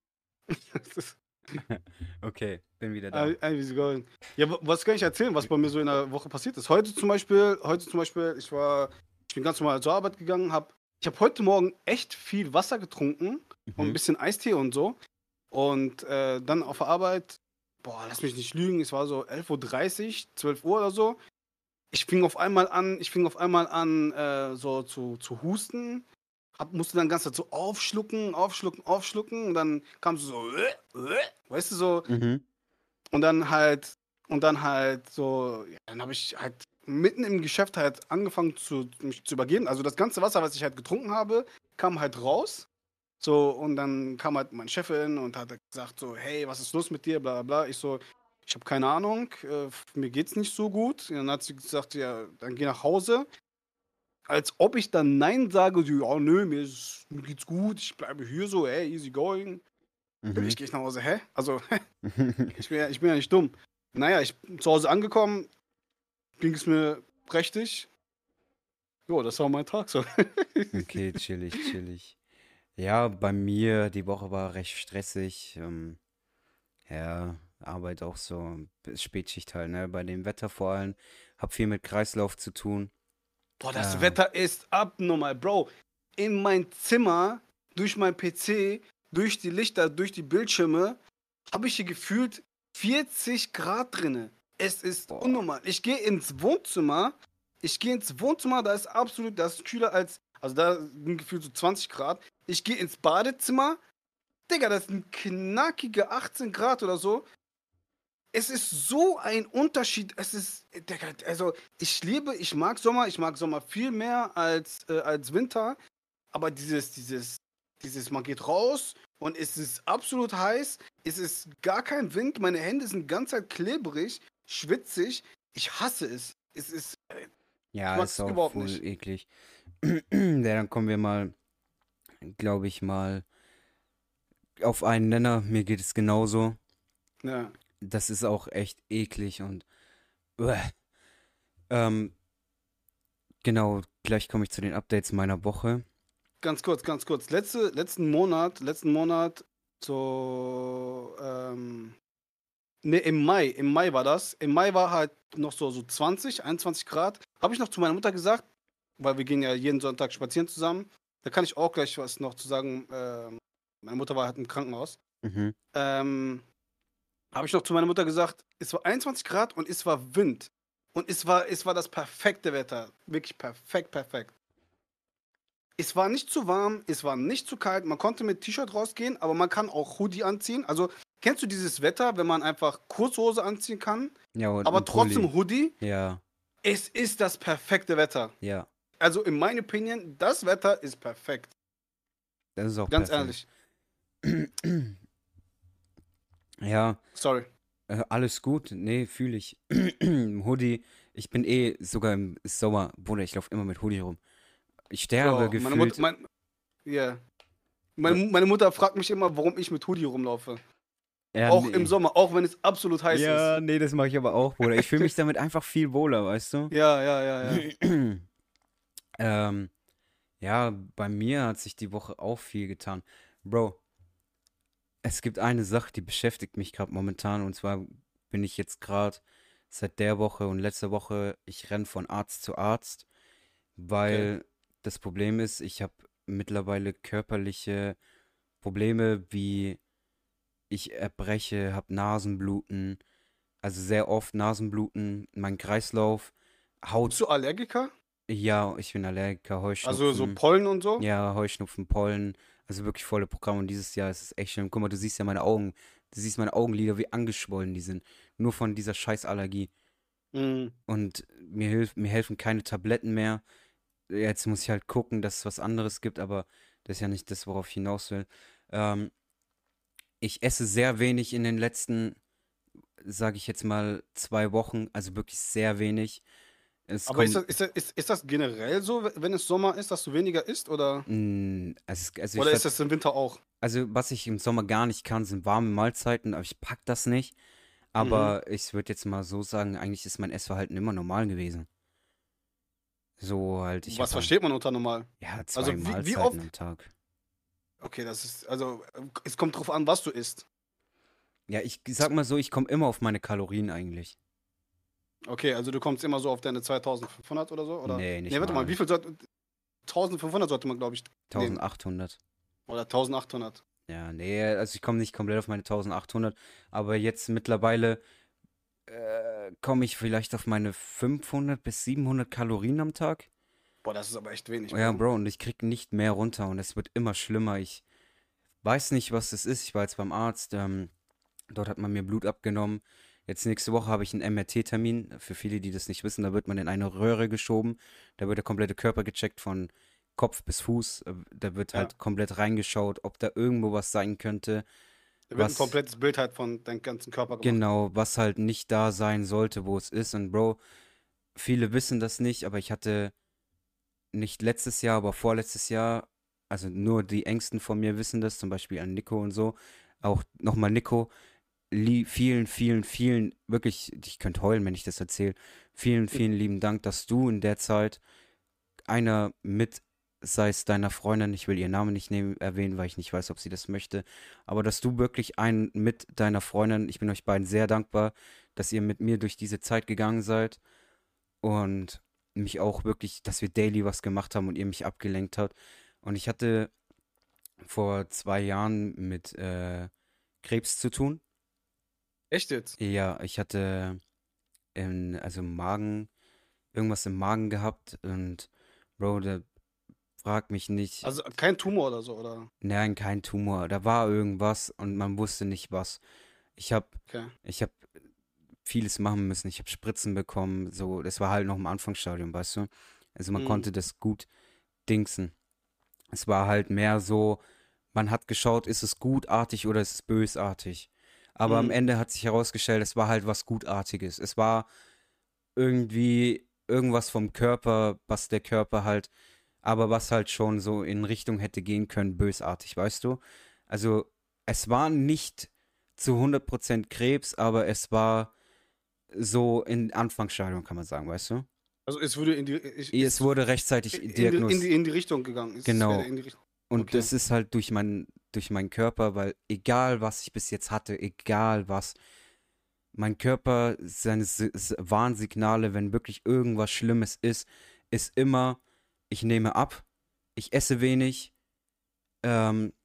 Okay, bin wieder da. Easy going. Ja, wa- was kann ich erzählen, was bei mir so in der Woche passiert ist? Heute zum Beispiel, heute zum Beispiel, ich war, ich bin ganz normal zur Arbeit gegangen, hab, ich habe heute Morgen echt viel Wasser getrunken und ein Mhm. bisschen Eistee und so. Und äh, dann auf der Arbeit, boah, lass mich nicht lügen, es war so elf Uhr dreißig, zwölf Uhr oder so. Ich fing auf einmal an, ich fing auf einmal an, äh, so zu, zu husten. Hab, musste dann ganz Zeit so aufschlucken, aufschlucken, aufschlucken. Und dann kam so, äh, äh, weißt du, so. Mhm. Und dann halt, und dann halt so, ja, dann habe ich halt mitten im Geschäft halt angefangen zu, mich zu übergeben. Also das ganze Wasser, was ich halt getrunken habe, kam halt raus. So, und dann kam halt mein Chefin und hat halt gesagt so, hey, was ist los mit dir, bla bla bla. Ich so, ich habe keine Ahnung, äh, mir geht's nicht so gut. Und dann hat sie gesagt, ja, dann geh nach Hause. Als ob ich dann Nein sage, so, ja, nö, mir, ist, mir geht's gut, ich bleibe hier so, hey, easy going. Mhm. Natürlich gehe ich nach Hause, hä? Also, ich bin ja, ich bin ja nicht dumm. Naja, ich bin zu Hause angekommen, ging es mir prächtig. Jo, das war mein Tag so. Okay, chillig, chillig. Ja, bei mir, die Woche war recht stressig. Ähm, ja, Arbeit auch so, Spätschicht halt, ne? Bei dem Wetter vor allem. Hab viel mit Kreislauf zu tun. Boah, das Äh, Wetter ist abnormal, Bro. In mein Zimmer, durch mein P C, durch die Lichter, durch die Bildschirme, habe ich hier gefühlt vierzig Grad drinne. Es ist boah. unnormal. Ich gehe ins Wohnzimmer, ich gehe ins Wohnzimmer, da ist absolut, das ist kühler als, also da sind gefühlt so zwanzig Grad. Ich gehe ins Badezimmer, Digga, das sind knackige achtzehn Grad oder so. Es ist so ein Unterschied. Es ist, Digga, also ich liebe, ich mag Sommer, ich mag Sommer viel mehr als, äh, als Winter. Aber dieses, dieses, dieses, man geht raus und es ist absolut heiß, es ist gar kein Wind, meine Hände sind ganz Zeit klebrig, schwitzig. Ich hasse es. Es ist, äh, ich Ja, mag ist es auch überhaupt voll nicht. eklig. Ja, dann kommen wir mal, glaube ich, mal auf einen Nenner. Mir geht es genauso. Ja. Das ist auch echt eklig und uäh. Ähm, genau, gleich komme ich zu den Updates meiner Woche. Ganz kurz, ganz kurz. Letzte, letzten Monat, letzten Monat, so, ähm, ne, im Mai, im Mai war das. Im Mai war halt noch so, so zwanzig, einundzwanzig Grad. Habe ich noch zu meiner Mutter gesagt, weil wir gehen ja jeden Sonntag spazieren zusammen. Da kann ich auch gleich was noch zu sagen. Ähm, meine Mutter war halt im Krankenhaus. Mhm. Ähm, Habe ich noch zu meiner Mutter gesagt, es war einundzwanzig Grad und es war Wind. Und es war, es war das perfekte Wetter. Wirklich perfekt, perfekt. Es war nicht zu warm, es war nicht zu kalt. Man konnte mit T-Shirt rausgehen, aber man kann auch Hoodie anziehen. Also, kennst du dieses Wetter, wenn man einfach Kurzhose anziehen kann, Ja, und aber ein Pulli. trotzdem Hoodie? Ja, Es ist das perfekte Wetter. ja, Also, in meiner Opinion, das Wetter ist perfekt. das ist auch Ganz perfekt. ehrlich. Ja, Sorry. äh, alles gut. Nee, fühle ich. Hoodie. Ich bin eh sogar im Sommer, Bruder, ich laufe immer mit Hoodie rum. Ich sterbe Bro, meine Mutter, gefühlt. mein, yeah. Äh, Meine, meine Mutter fragt mich immer, warum ich mit Hoodie rumlaufe. Ja, Auch im nee. Sommer, auch wenn es absolut heiß ist. Ja, nee, das mache ich aber auch, Bruder. Ich fühle mich damit einfach viel wohler, weißt du? Ja, ja, ja, ja. Ähm, ja, bei mir hat sich die Woche auch viel getan. Bro, es gibt eine Sache, die beschäftigt mich gerade momentan, und zwar bin ich jetzt gerade seit der Woche und letzter Woche, ich renne von Arzt zu Arzt, Okay. weil das Problem ist, ich habe mittlerweile körperliche Probleme, wie ich erbreche, habe Nasenbluten, also sehr oft Nasenbluten, mein Kreislauf, Bist Haut, du Allergiker? ja, ich bin Allergiker, Also so Heuschnupfen, Pollen und so? ja, Heuschnupfen, Pollen, also wirklich volle Programme, und dieses Jahr ist es echt schlimm. Guck mal, du siehst ja meine Augen, du siehst meine Augenlider, wie angeschwollen die sind, nur von dieser scheiß Allergie. Mhm. Und mir hilft, mir helfen keine Tabletten mehr. Jetzt muss ich halt gucken, dass es was anderes gibt, aber Das ist ja nicht das, worauf ich hinaus will. Ähm, ich esse sehr wenig in den letzten, sage ich jetzt mal, zwei Wochen, also wirklich sehr wenig. Es Aber ist das, kommt, ist, das, ist, ist das generell so, wenn es Sommer ist, dass du weniger isst? Oder, mh, also, es- also ich oder ist ver- das im Winter auch? also was ich im Sommer gar nicht kann, sind warme Mahlzeiten, aber ich pack das nicht. Mhm. Aber ich würde jetzt mal so sagen, eigentlich ist mein Essverhalten immer normal gewesen. So halt, ich Was habe halt, versteht man unter normal? ja, zwei Also wie, wie Mahlzeiten oft? am Tag. Okay, das ist, also äh, es kommt drauf an, was du isst. Ja, ich sag mal so, ich komme immer auf meine Kalorien eigentlich. Okay, also du kommst immer so auf deine zweitausendfünfhundert oder so? Oder? Nee, nicht Nee, warte mal, wie mal. viel sollte. eintausendfünfhundert sollte man, glaube ich, nehmen. eintausendachthundert. Oder eintausendachthundert. Ja, nee, also ich komme nicht komplett auf meine eintausendachthundert, aber jetzt mittlerweile äh, komme ich vielleicht auf meine fünfhundert bis siebenhundert Kalorien am Tag. Boah, das ist aber echt wenig, Ja, Bro. Bro, und ich krieg nicht mehr runter und es wird immer schlimmer. Ich weiß nicht, was das ist. Ich war jetzt beim Arzt, ähm, dort hat man mir Blut abgenommen. Jetzt nächste Woche habe ich einen M R T-Termin. Für viele, die das nicht wissen, da wird man in eine Röhre geschoben. Da wird der komplette Körper gecheckt von Kopf bis Fuß. Äh, Da wird Ja. halt komplett reingeschaut, ob da irgendwo was sein könnte, Da wird ein was komplettes Bild halt von deinem ganzen Körper gemacht. genau, was halt nicht da sein sollte, wo es ist. Und Bro, viele wissen das nicht, aber ich hatte nicht letztes Jahr, aber vorletztes Jahr, also nur die Ängsten von mir wissen das, zum Beispiel an Nico und so. Auch nochmal Nico, lie vielen, vielen, vielen, wirklich, ich könnte heulen, wenn ich das erzähle. Vielen, vielen lieben Dank, dass du in der Zeit einer mit, sei es deiner Freundin, ich will ihren Namen nicht nehmen, erwähnen, weil ich nicht weiß, ob sie das möchte, aber dass du wirklich einen mit deiner Freundin, ich bin euch beiden sehr dankbar, dass ihr mit mir durch diese Zeit gegangen seid und mich auch wirklich, dass wir daily was gemacht haben und ihr mich abgelenkt habt. Und ich hatte vor zwei Jahren mit äh, Krebs zu tun. Echt jetzt? Ja, ich hatte in, also im Magen, irgendwas im Magen gehabt und Bro, der fragt mich nicht, Also kein Tumor oder so, oder? nein, kein Tumor, da war irgendwas und man wusste nicht was. Ich habe Okay. ich habe vieles machen müssen, ich habe Spritzen bekommen, so, das war halt noch im Anfangsstadium, weißt du? Also man Mhm. konnte das gut dingsen. Es war halt mehr so, man hat geschaut, ist es gutartig oder ist es bösartig. Aber am Mhm. Ende hat sich herausgestellt, es war halt was Gutartiges. Es war irgendwie irgendwas vom Körper, was der Körper halt, aber was halt schon so in Richtung hätte gehen können, bösartig, weißt du? Also es war nicht zu hundert Prozent Krebs, aber es war so in Anfangsstadium, kann man sagen, weißt du? Also es würde in die, ich, Es ist wurde rechtzeitig in die, in diagnostiziert. die, in die Richtung gegangen. Es wäre Genau. in die Richtung. Und Okay. das ist halt durch mein, durch meinen Körper, weil egal was ich bis jetzt hatte, egal was, mein Körper, seine Si- S- Warnsignale, wenn wirklich irgendwas Schlimmes ist, ist immer, ich nehme ab, ich esse wenig, ähm,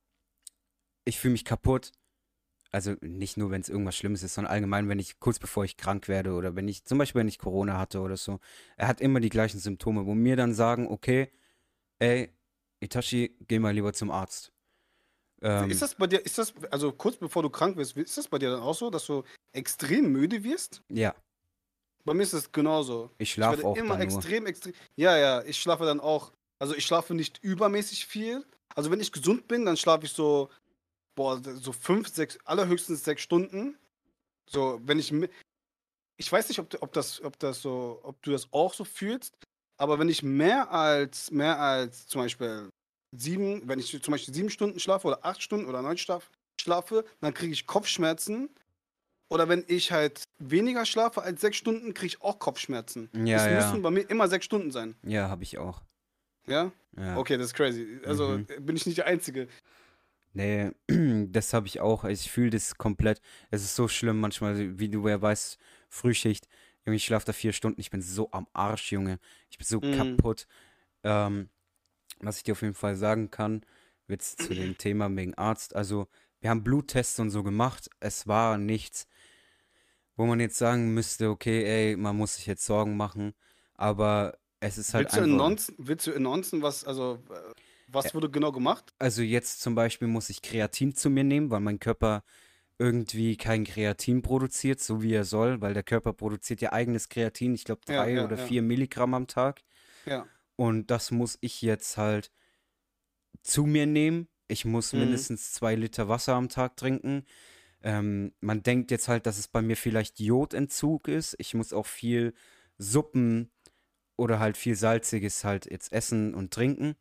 ich fühle mich kaputt. Also nicht nur, wenn es irgendwas Schlimmes ist, sondern allgemein, wenn ich kurz bevor ich krank werde oder wenn ich, zum Beispiel, wenn ich Corona hatte oder so. Er hat immer die gleichen Symptome, wo mir dann sagen, okay, ey, Itachi, geh mal lieber zum Arzt. Ist Ähm, das bei dir, ist das, also kurz bevor du krank wirst, ist das bei dir dann auch so, dass du extrem müde wirst? ja, Bei mir ist es genauso. ich Ich werde schlafe auch immer dann nur. extrem, extrem. Ja, ja, ich schlafe dann auch. Also ich schlafe nicht übermäßig viel. Also wenn ich gesund bin, dann schlafe ich so, boah, so fünf, sechs, allerhöchstens sechs Stunden. So, wenn ich, mi- ich weiß nicht, ob, du- ob das, ob das so, ob du das auch so fühlst, aber wenn ich mehr als, mehr als zum Beispiel sieben, wenn ich zum Beispiel sieben Stunden schlafe oder acht Stunden oder neun schlaf, schlafe, dann kriege ich Kopfschmerzen. Oder wenn ich halt weniger schlafe als sechs Stunden, kriege ich auch Kopfschmerzen. Ja, Es ja, müssen bei mir immer sechs Stunden sein. ja, habe ich auch. Ja? Ja. Okay, das ist crazy. Also Mhm. äh, bin ich nicht der Einzige. Nee, das habe ich auch. Ich fühle das komplett. Es ist so schlimm manchmal, wie du ja weißt, Frühschicht. Junge, ich schlafe da vier Stunden. Ich bin so am Arsch, Junge. Ich bin so Mhm. kaputt. Ähm, was ich dir auf jeden Fall sagen kann, jetzt zu dem Thema wegen Arzt. Also, wir haben Bluttests und so gemacht. Es war nichts, wo man jetzt sagen müsste, okay, ey, man muss sich jetzt Sorgen machen. Aber es ist halt Willst du einfach. announcen, willst du announcen, was, also, äh, äh, was wurde genau gemacht? Also jetzt zum Beispiel muss ich Kreatin zu mir nehmen, weil mein Körper irgendwie kein Kreatin produziert, so wie er soll, weil der Körper produziert ja eigenes Kreatin, ich glaube Ja, drei ja, oder ja, vier Milligramm am Tag. ja. Und das muss ich jetzt halt zu mir nehmen. Ich muss Mhm. mindestens zwei Liter Wasser am Tag trinken. Ähm, man denkt jetzt halt, dass es bei mir vielleicht Jodentzug ist. Ich muss auch viel Suppen oder halt viel Salziges halt jetzt essen und trinken.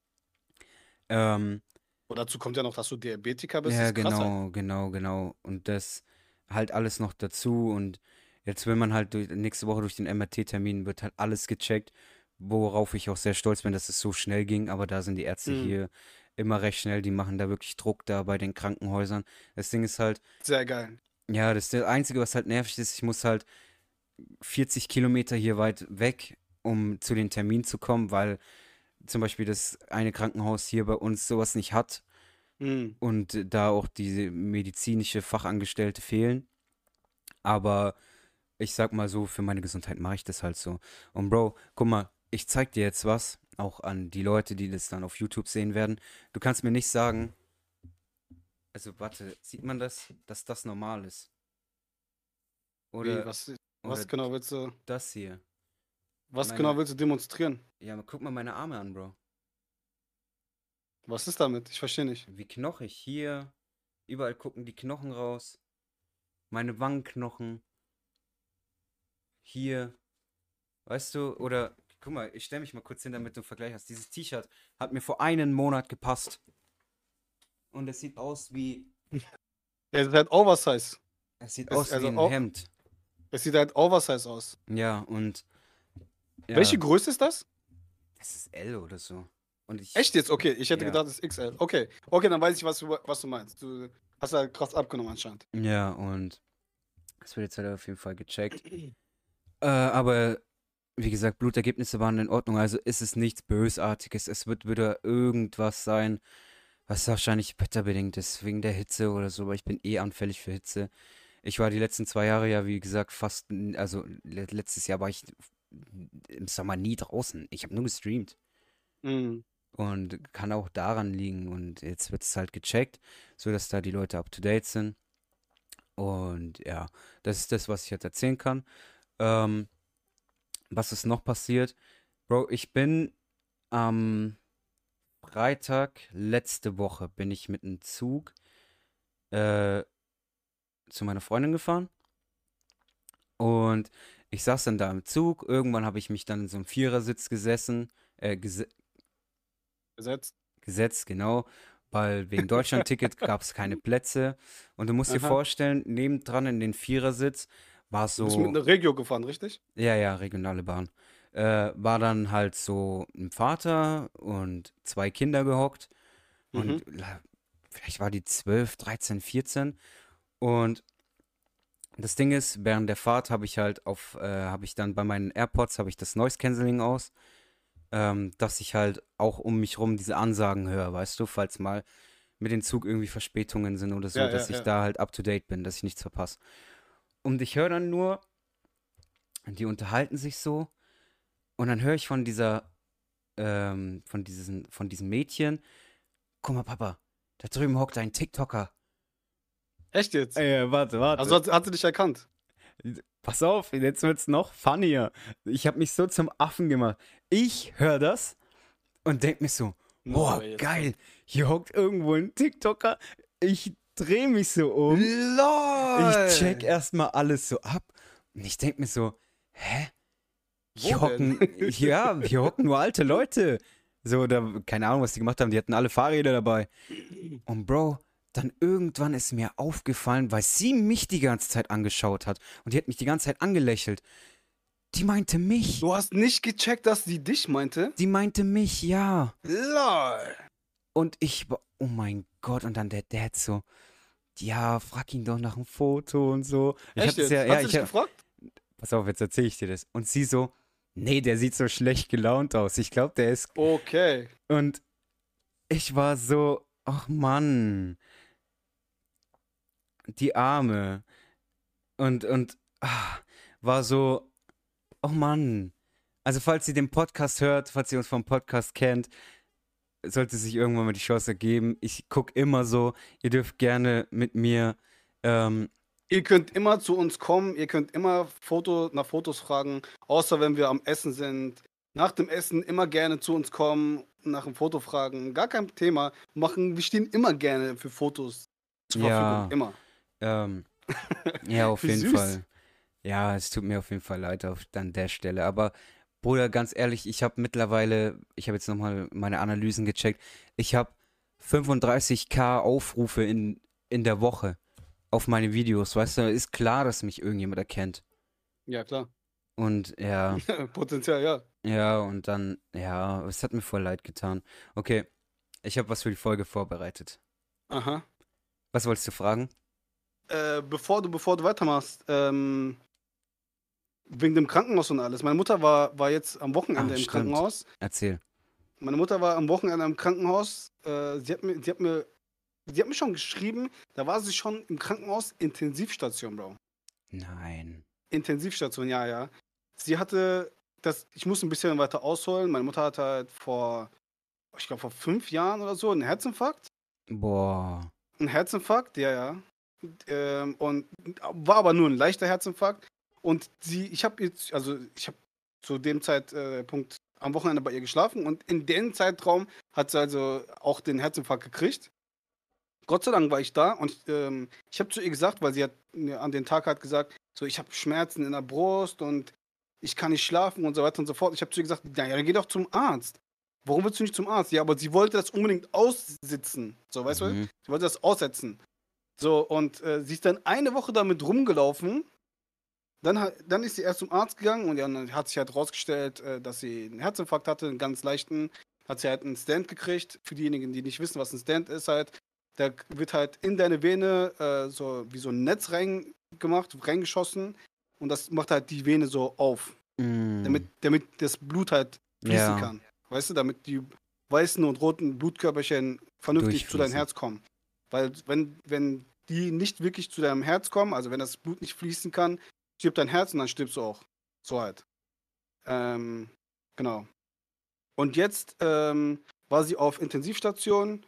Ähm, Und dazu kommt ja noch, dass du Diabetiker bist. Das ja, ist krass halt. genau, genau, genau. Und das halt alles noch dazu. Und jetzt will man halt durch, nächste Woche durch den M R T-Termin wird halt alles gecheckt, worauf ich auch sehr stolz bin, dass es so schnell ging. Aber da sind die Ärzte Mhm. hier immer recht schnell. Die machen da wirklich Druck da bei den Krankenhäusern. Das Ding ist halt, Sehr geil. ja, das ist das Einzige, was halt nervig ist. Ich muss halt vierzig Kilometer hier weit weg, um zu den Termin zu kommen, weil zum Beispiel das eine Krankenhaus hier bei uns sowas nicht hat Mhm. und da auch diese medizinische Fachangestellte fehlen. Aber ich sag mal so, für meine Gesundheit mache ich das halt so. Und Bro, guck mal, ich zeig dir jetzt was, auch an die Leute, die das dann auf YouTube sehen werden. Du kannst mir nicht sagen, also warte, sieht man das, dass das normal ist? Wie, Oder, was, oder was genau willst du, das hier? was genau Meine, willst du demonstrieren? ja, aber guck mal meine Arme an, Bro. Was ist damit? Ich verstehe nicht. Wie knochig. Hier, überall gucken die Knochen raus. Meine Wangenknochen. Hier, weißt du, oder guck mal, ich stelle mich mal kurz hin, damit du einen Vergleich hast. Dieses T-Shirt hat mir vor einem Monat gepasst. Und es sieht aus wie, Er ist halt Oversize. es sieht Es, aus wie also, ein o- Hemd. es sieht halt Oversize aus. Ja, und Welche ja, Größe ist das? es ist L oder so. Und ich, Echt jetzt? Okay, ich hätte ja, gedacht, es ist X L. Okay, okay, dann weiß ich, was du, was du meinst. Du hast halt krass abgenommen anscheinend. ja, und es wird jetzt halt auf jeden Fall gecheckt. Äh, aber wie gesagt, Blutergebnisse waren in Ordnung, also ist es nichts Bösartiges. Es wird wieder irgendwas sein, was wahrscheinlich wetterbedingt ist, wegen der Hitze oder so, weil ich bin eh anfällig für Hitze. Ich war die letzten zwei Jahre ja, wie gesagt, fast, n- also le letztes Jahr war ich im Sommer nie draußen. Ich habe nur gestreamt. Mhm. Und kann auch daran liegen. Und jetzt wird es halt gecheckt, sodass da die Leute up to date sind. Und ja, das ist das, was ich jetzt erzählen kann. Ähm, was ist noch passiert? Bro, ich bin am Freitag letzte Woche bin ich mit einem Zug äh, zu meiner Freundin gefahren und ich saß dann da im Zug. Irgendwann habe ich mich dann in so einem Vierersitz gesessen, äh, gese Gesetzt. gesetzt, genau, weil wegen Deutschlandticket gab es keine Plätze. Und du musst dir Aha. vorstellen, nebendran in den Vierersitz war Du bist mit so, einer Regio gefahren, richtig? ja, ja, regionale Bahn, äh, war dann halt so ein Vater und zwei Kinder gehockt. Mhm. Und la- vielleicht war die zwölf, dreizehn, vierzehn. Und das Ding ist, während der Fahrt habe ich halt auf, äh, habe ich dann bei meinen AirPods, habe ich das Noise Cancelling aus, ähm, dass ich halt auch um mich rum diese Ansagen höre, weißt du, falls mal mit dem Zug irgendwie Verspätungen sind oder so, Ja, ja, dass ich ja. da halt up to date bin, dass ich nichts verpasse. Und ich höre dann nur, die unterhalten sich so und dann höre ich von dieser, ähm, von diesen, von diesem Mädchen, guck mal, Papa, da drüben hockt ein TikToker. Echt jetzt? Ey, warte, Also warte. hat, hat sie dich erkannt? Pass auf, jetzt wird's noch funnier. Ich habe mich so zum Affen gemacht. Ich höre das und denk mir so, No boah, way jetzt. geil, hier hockt irgendwo ein TikToker. Ich dreh mich so um. LOL! Ich check erstmal alles so ab. Und ich denk mir so, hä? Hier Wo denn? hocken, ja, hier hocken nur alte Leute. So, da, keine Ahnung, was die gemacht haben. Die hatten alle Fahrräder dabei. Und Bro, dann irgendwann ist mir aufgefallen, weil sie mich die ganze Zeit angeschaut hat und die hat mich die ganze Zeit angelächelt. Die meinte mich. Du hast nicht gecheckt, dass sie dich meinte? Die meinte mich, ja. LOL! Und ich, war- oh mein Gott, und dann der Dad so, ja, frag ihn doch nach einem Foto und so. Ich Echt hatte es jetzt? ja, Hat ja, sie ich, dich gefragt? pass auf, jetzt erzähle ich dir das. Und sie so, nee, der sieht so schlecht gelaunt aus. Ich glaube, der ist, Okay. und ich war so, ach Mann, die Arme. Und, und, ah, war so, oh Mann. Also, falls ihr den Podcast hört, falls ihr uns vom Podcast kennt, sollte sich irgendwann mal die Chance ergeben. Ich gucke immer so, ihr dürft gerne mit mir, ähm, Ihr könnt immer zu uns kommen, ihr könnt immer Foto, nach Fotos fragen, außer wenn wir am Essen sind Nach dem Essen immer gerne zu uns kommen, nach einem Foto fragen, gar kein Thema. Machen, wir stehen immer gerne für Fotos zur Verfügung, Ja, immer. ähm, ja, auf Wie jeden süß. Fall. Ja, es tut mir auf jeden Fall leid auf an der Stelle. Aber Bruder, ganz ehrlich, ich habe mittlerweile, ich habe jetzt nochmal meine Analysen gecheckt. Ich habe fünfunddreißigtausend Aufrufe in, in der Woche auf meine Videos. Weißt du, ist klar, dass mich irgendjemand erkennt. Ja, klar. Und ja, Potenzial, ja. ja, und dann, ja, es hat mir voll leid getan. Okay, ich habe was für die Folge vorbereitet. Aha. Was wolltest du fragen? Äh, bevor du, bevor du weitermachst, ähm, wegen dem Krankenhaus und alles. Meine Mutter war, war jetzt am Ah, Wochenende im stimmt. Krankenhaus. Erzähl. Meine Mutter war am Wochenende im Krankenhaus. Äh, sie hat mir, sie hat mir, sie hat mir schon geschrieben, da war sie schon im Krankenhaus, Intensivstation, Bro. Nein. Intensivstation, ja, ja. Sie hatte das, ich muss ein bisschen weiter ausholen. Meine Mutter hatte halt vor, ich glaube, vor fünf Jahren oder so einen Herzinfarkt. Boah. Ein Herzinfarkt, ja, ja. Ähm, und war aber nur ein leichter Herzinfarkt. Und sie, ich habe jetzt, also ich habe zu dem Zeitpunkt am Wochenende bei ihr geschlafen und in dem Zeitraum hat sie also auch den Herzinfarkt gekriegt. Gott sei Dank war ich da und ähm, ich habe zu ihr gesagt, weil sie hat mir an den Tag hat gesagt, so ich habe Schmerzen in der Brust und ich kann nicht schlafen und so weiter und so fort. Ich habe zu ihr gesagt, naja, dann geh doch zum Arzt. Warum willst du nicht zum Arzt? Ja, aber sie wollte das unbedingt aussitzen. So, weißt du? Mhm. Sie wollte das aussetzen. So, und äh, sie ist dann eine Woche damit rumgelaufen. Dann, ha- dann ist sie erst zum Arzt gegangen und dann hat sich halt rausgestellt, äh, dass sie einen Herzinfarkt hatte, einen ganz leichten. Hat sie halt einen Stent gekriegt. Für diejenigen, die nicht wissen, was ein Stent ist, halt, da wird halt in deine Vene äh, so wie so ein Netz reingemacht, reingeschossen und das macht halt die Vene so auf, damit, Mm. damit das Blut halt fließen Ja, kann. Weißt du, damit die weißen und roten Blutkörperchen vernünftig zu deinem durchfließen. Herz kommen. Weil wenn, wenn die nicht wirklich zu deinem Herz kommen, also wenn das Blut nicht fließen kann, stirbt dein Herz und dann stirbst du auch. So halt. Ähm, genau. Und jetzt ähm, war sie auf Intensivstation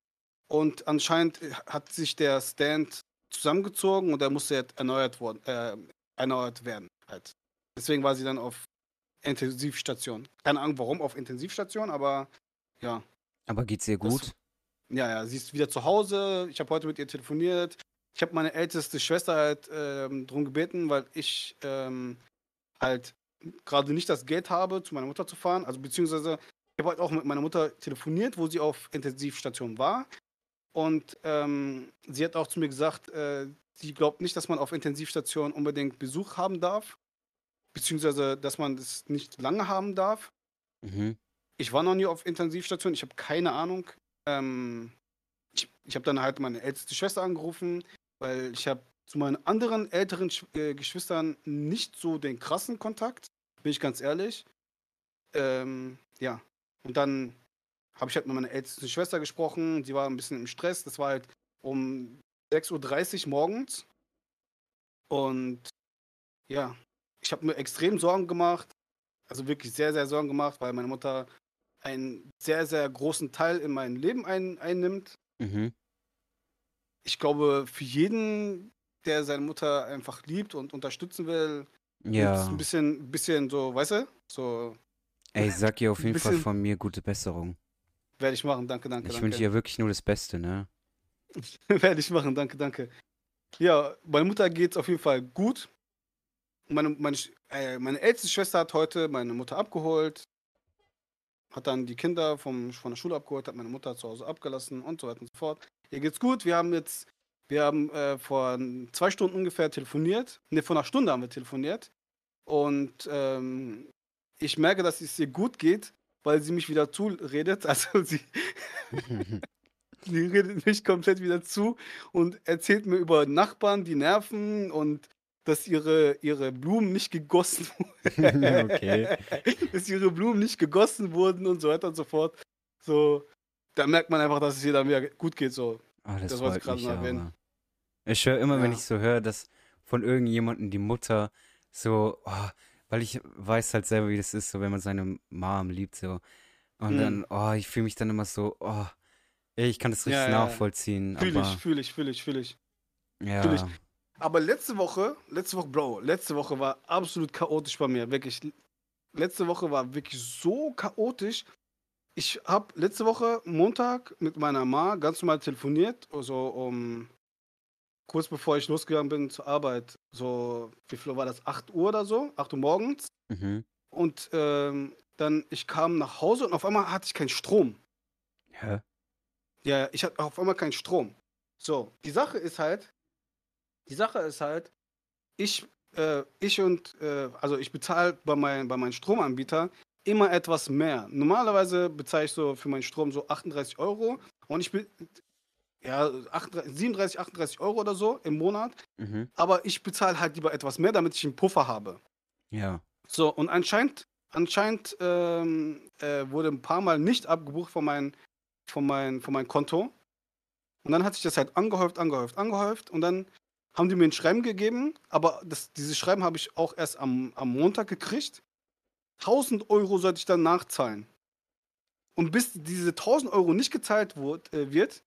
und anscheinend hat sich der Stand zusammengezogen und er musste jetzt erneuert, worden, äh, erneuert werden. Halt. Deswegen war sie dann auf Intensivstation. Keine Ahnung warum auf Intensivstation, aber ja. Aber geht's ihr Das, gut? ja, ja, sie ist wieder zu Hause. Ich habe heute mit ihr telefoniert. Ich habe meine älteste Schwester halt ähm, darum gebeten, weil ich ähm, halt gerade nicht das Geld habe, zu meiner Mutter zu fahren. Also beziehungsweise ich habe halt auch mit meiner Mutter telefoniert, wo sie auf Intensivstation war. Und ähm, sie hat auch zu mir gesagt, äh, sie glaubt nicht, dass man auf Intensivstation unbedingt Besuch haben darf, beziehungsweise dass man das nicht lange haben darf. Mhm. Ich war noch nie auf Intensivstation, ich habe keine Ahnung. Ähm, ich ich habe dann halt meine älteste Schwester angerufen, weil ich habe zu meinen anderen älteren Sch äh, Geschwistern nicht so den krassen Kontakt, bin ich ganz ehrlich. Ähm, ja, und dann habe ich halt mit meiner ältesten Schwester gesprochen. Sie war ein bisschen im Stress. Das war halt um sechs Uhr dreißig morgens. Und ja, ich habe mir extrem Sorgen gemacht. Also wirklich sehr, sehr Sorgen gemacht, weil meine Mutter einen sehr, sehr großen Teil in mein Leben ein, einnimmt. Mhm. Ich glaube, für jeden, der seine Mutter einfach liebt und unterstützen will und ein Ja. bisschen, bisschen so, weißt du, so Ey, sag ihr auf ein jeden Fall bisschen von mir gute Besserung. werde ich machen. Danke, danke, Ich wünsche danke. ihr wirklich nur das Beste, ne? Werde ich machen. Danke, danke. Ja, meiner Mutter geht's auf jeden Fall gut. Meine, meine, Sch- äh, meine älteste Schwester hat heute meine Mutter abgeholt, hat dann die Kinder vom, von der Schule abgeholt, hat meine Mutter zu Hause abgelassen und so weiter und so fort. Ihr geht's gut. Wir haben jetzt, wir haben äh, vor zwei Stunden ungefähr telefoniert. Ne, vor einer Stunde haben wir telefoniert. Und ähm, ich merke, dass es ihr gut geht, weil sie mich wieder zuredet. Also sie, sie redet mich komplett wieder zu und erzählt mir über Nachbarn, die nerven und dass ihre, ihre Blumen nicht gegossen Okay. dass ihre Blumen nicht gegossen wurden und so weiter und so fort. So, da merkt man einfach, dass es ihr dann wieder gut geht. So, Ah, das das wollte ich freut gerade mich noch erwähnen. aber. Ich höre immer, wenn Ja. ich so höre, dass von irgendjemandem die Mutter so, oh, weil ich weiß halt selber, wie das ist, so wenn man seine Mom liebt, so. Und Hm. dann, oh, ich fühle mich dann immer so, oh, ey, ich kann das richtig Ja, ja, ja. nachvollziehen, Fühle ich, aber fühle ich, fühle ich, fühle ich. Fühle ich. ja, Aber letzte Woche, letzte Woche, Bro, letzte Woche war absolut chaotisch bei mir. Wirklich. letzte Woche war wirklich so chaotisch. Ich habe letzte Woche Montag mit meiner Ma ganz normal telefoniert, also um kurz bevor ich losgegangen bin zur Arbeit, so, wie viel Uhr war das? acht Uhr oder so, acht Uhr morgens. Mhm. Und ähm, dann, ich kam nach Hause und auf einmal hatte ich keinen Strom. Hä? Ja, ich hatte auf einmal keinen Strom. So, die Sache ist halt, die Sache ist halt, ich, äh, ich und, äh, also ich bezahle bei, mein, bei meinem Stromanbieter immer etwas mehr. Normalerweise bezahle ich so für meinen Strom so achtunddreißig Euro und ich bin, ja, achtunddreißig, siebenunddreißig, achtunddreißig Euro oder so im Monat. Mhm. Aber ich bezahle halt lieber etwas mehr, damit ich einen Puffer habe. Ja. So, und anscheinend, anscheinend ähm, äh, wurde ein paar Mal nicht abgebucht von mein, von mein, von mein Konto. Und dann hat sich das halt angehäuft, angehäuft, angehäuft. Und dann haben die mir ein Schreiben gegeben, aber das, dieses Schreiben habe ich auch erst am, am Montag gekriegt. tausend Euro sollte ich dann nachzahlen. Und bis diese tausend Euro nicht gezahlt wird, äh, wird,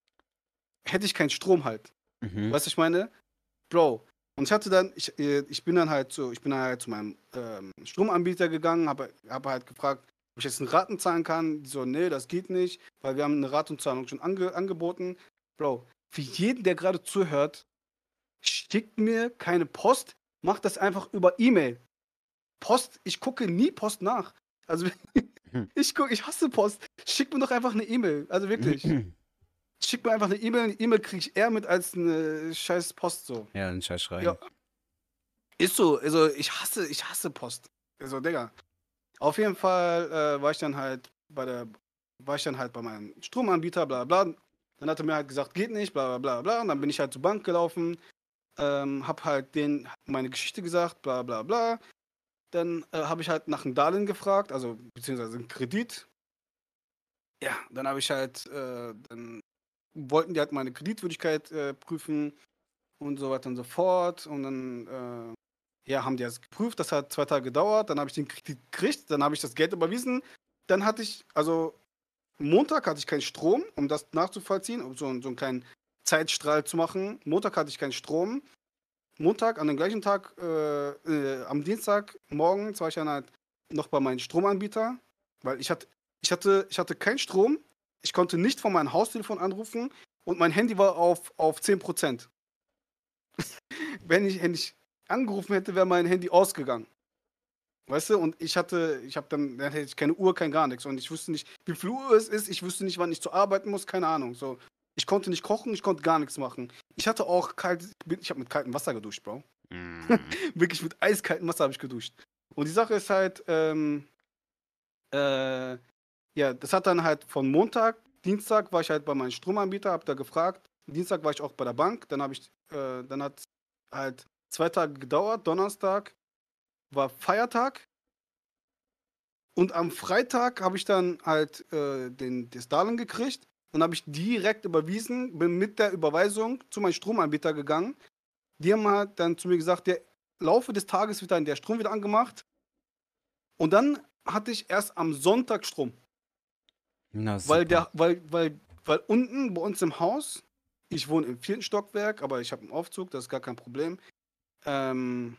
hätte ich keinen Strom halt. Mhm. Weißt du, ich meine? Bro. Und ich hatte dann, ich, äh, ich bin dann halt so, ich bin dann halt zu meinem ähm, Stromanbieter gegangen, habe hab halt gefragt, ob ich jetzt einen Raten zahlen kann. Die so, nee, das geht nicht, weil wir haben eine Ratenzahlung schon ange angeboten. Bro, für jeden, der gerade zuhört, schickt mir keine Post, macht das einfach über E-Mail. Post, ich gucke nie Post nach. Also Hm. ich gucke, ich hasse Post. Schick mir doch einfach eine E-Mail. Also wirklich. Schick mir einfach eine E-Mail. Eine E-Mail kriege ich eher mit als eine scheiß Post so. Ja, ein Scheiß schreien. Ja. Ist so. Also ich hasse, ich hasse Post. Also, Digga. Auf jeden Fall äh, war ich dann halt bei der, war ich dann halt bei meinem Stromanbieter, bla bla. Dann hat er mir halt gesagt, geht nicht, bla bla bla bla. Und dann bin ich halt zur Bank gelaufen, ähm, hab halt denen meine Geschichte gesagt, bla bla bla. Dann äh, habe ich halt nach einem Darlehen gefragt, also beziehungsweise einen Kredit. Ja, dann habe ich halt, äh, dann wollten die halt meine Kreditwürdigkeit äh, prüfen und so weiter und so fort. Und dann, äh, ja, haben die das geprüft. Das hat zwei Tage gedauert. Dann habe ich den Kredit gekriegt. Dann habe ich das Geld überwiesen. Dann hatte ich, also Montag hatte ich keinen Strom, um das nachzuvollziehen, um so, so einen kleinen Zeitstrahl zu machen. Montag hatte ich keinen Strom. Montag, an dem gleichen Tag, äh, äh, am Dienstag morgens war ich dann halt noch bei meinem Stromanbieter, weil ich hatte, ich hatte, ich hatte keinen Strom. Ich konnte nicht von meinem Haustelefon anrufen und mein Handy war auf, auf zehn Prozent. Wenn ich, wenn ich angerufen hätte, wäre mein Handy ausgegangen. Weißt du? Und ich hatte, ich habe dann, dann hätte ich keine Uhr, kein gar nichts. Und ich wusste nicht, wie viel Uhr es ist. Ich wusste nicht, wann ich zur Arbeit muss, keine Ahnung. So, ich konnte nicht kochen, ich konnte gar nichts machen. Ich hatte auch kalt, ich habe mit kaltem Wasser geduscht, Bro. Mhm. Wirklich mit eiskaltem Wasser habe ich geduscht. Und die Sache ist halt, ähm, äh, ja, das hat dann halt von Montag, Dienstag war ich halt bei meinem Stromanbieter, hab da gefragt. Dienstag war ich auch bei der Bank. Dann habe ich, äh, dann hat halt zwei Tage gedauert. Donnerstag war Feiertag. Und am Freitag habe ich dann halt äh, den, das Darlehen gekriegt. Dann habe ich direkt überwiesen, bin mit der Überweisung zu meinem Stromanbieter gegangen. Die haben halt dann zu mir gesagt, der Laufe des Tages wird dann der Strom wieder angemacht. Und dann hatte ich erst am Sonntag Strom. Na, Weil super. der, weil, weil, weil unten bei uns im Haus, ich wohne im vierten Stockwerk, aber ich habe einen Aufzug, das ist gar kein Problem. Ähm,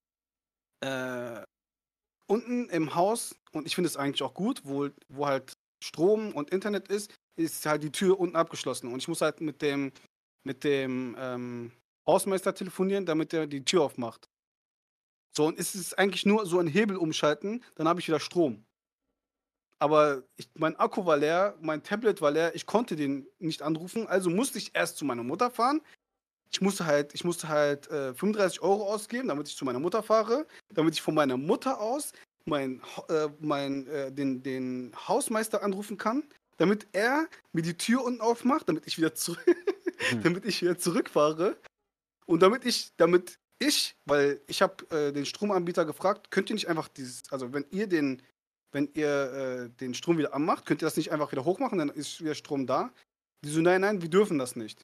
äh, unten im Haus, und ich finde es eigentlich auch gut, wo, wo halt Strom und Internet ist, ist halt die Tür unten abgeschlossen. Und ich muss halt mit dem, mit dem ähm, Hausmeister telefonieren, damit er die Tür aufmacht. So, und es ist eigentlich nur so ein Hebel umschalten, dann habe ich wieder Strom. Aber ich, mein Akku war leer, mein Tablet war leer, ich konnte den nicht anrufen, also musste ich erst zu meiner Mutter fahren. Ich musste halt, ich musste halt äh, fünfunddreißig Euro ausgeben, damit ich zu meiner Mutter fahre, damit ich von meiner Mutter aus mein, äh, mein, äh, den, den Hausmeister anrufen kann, damit er mir die Tür unten aufmacht, damit ich wieder zurück, Hm. damit ich wieder zurückfahre und damit ich, damit ich, weil ich habe äh, den Stromanbieter gefragt, könnt ihr nicht einfach dieses, also wenn ihr den, wenn ihr äh, den Strom wieder anmacht, könnt ihr das nicht einfach wieder hochmachen, dann ist wieder Strom da. Die so, nein, nein, wir dürfen das nicht.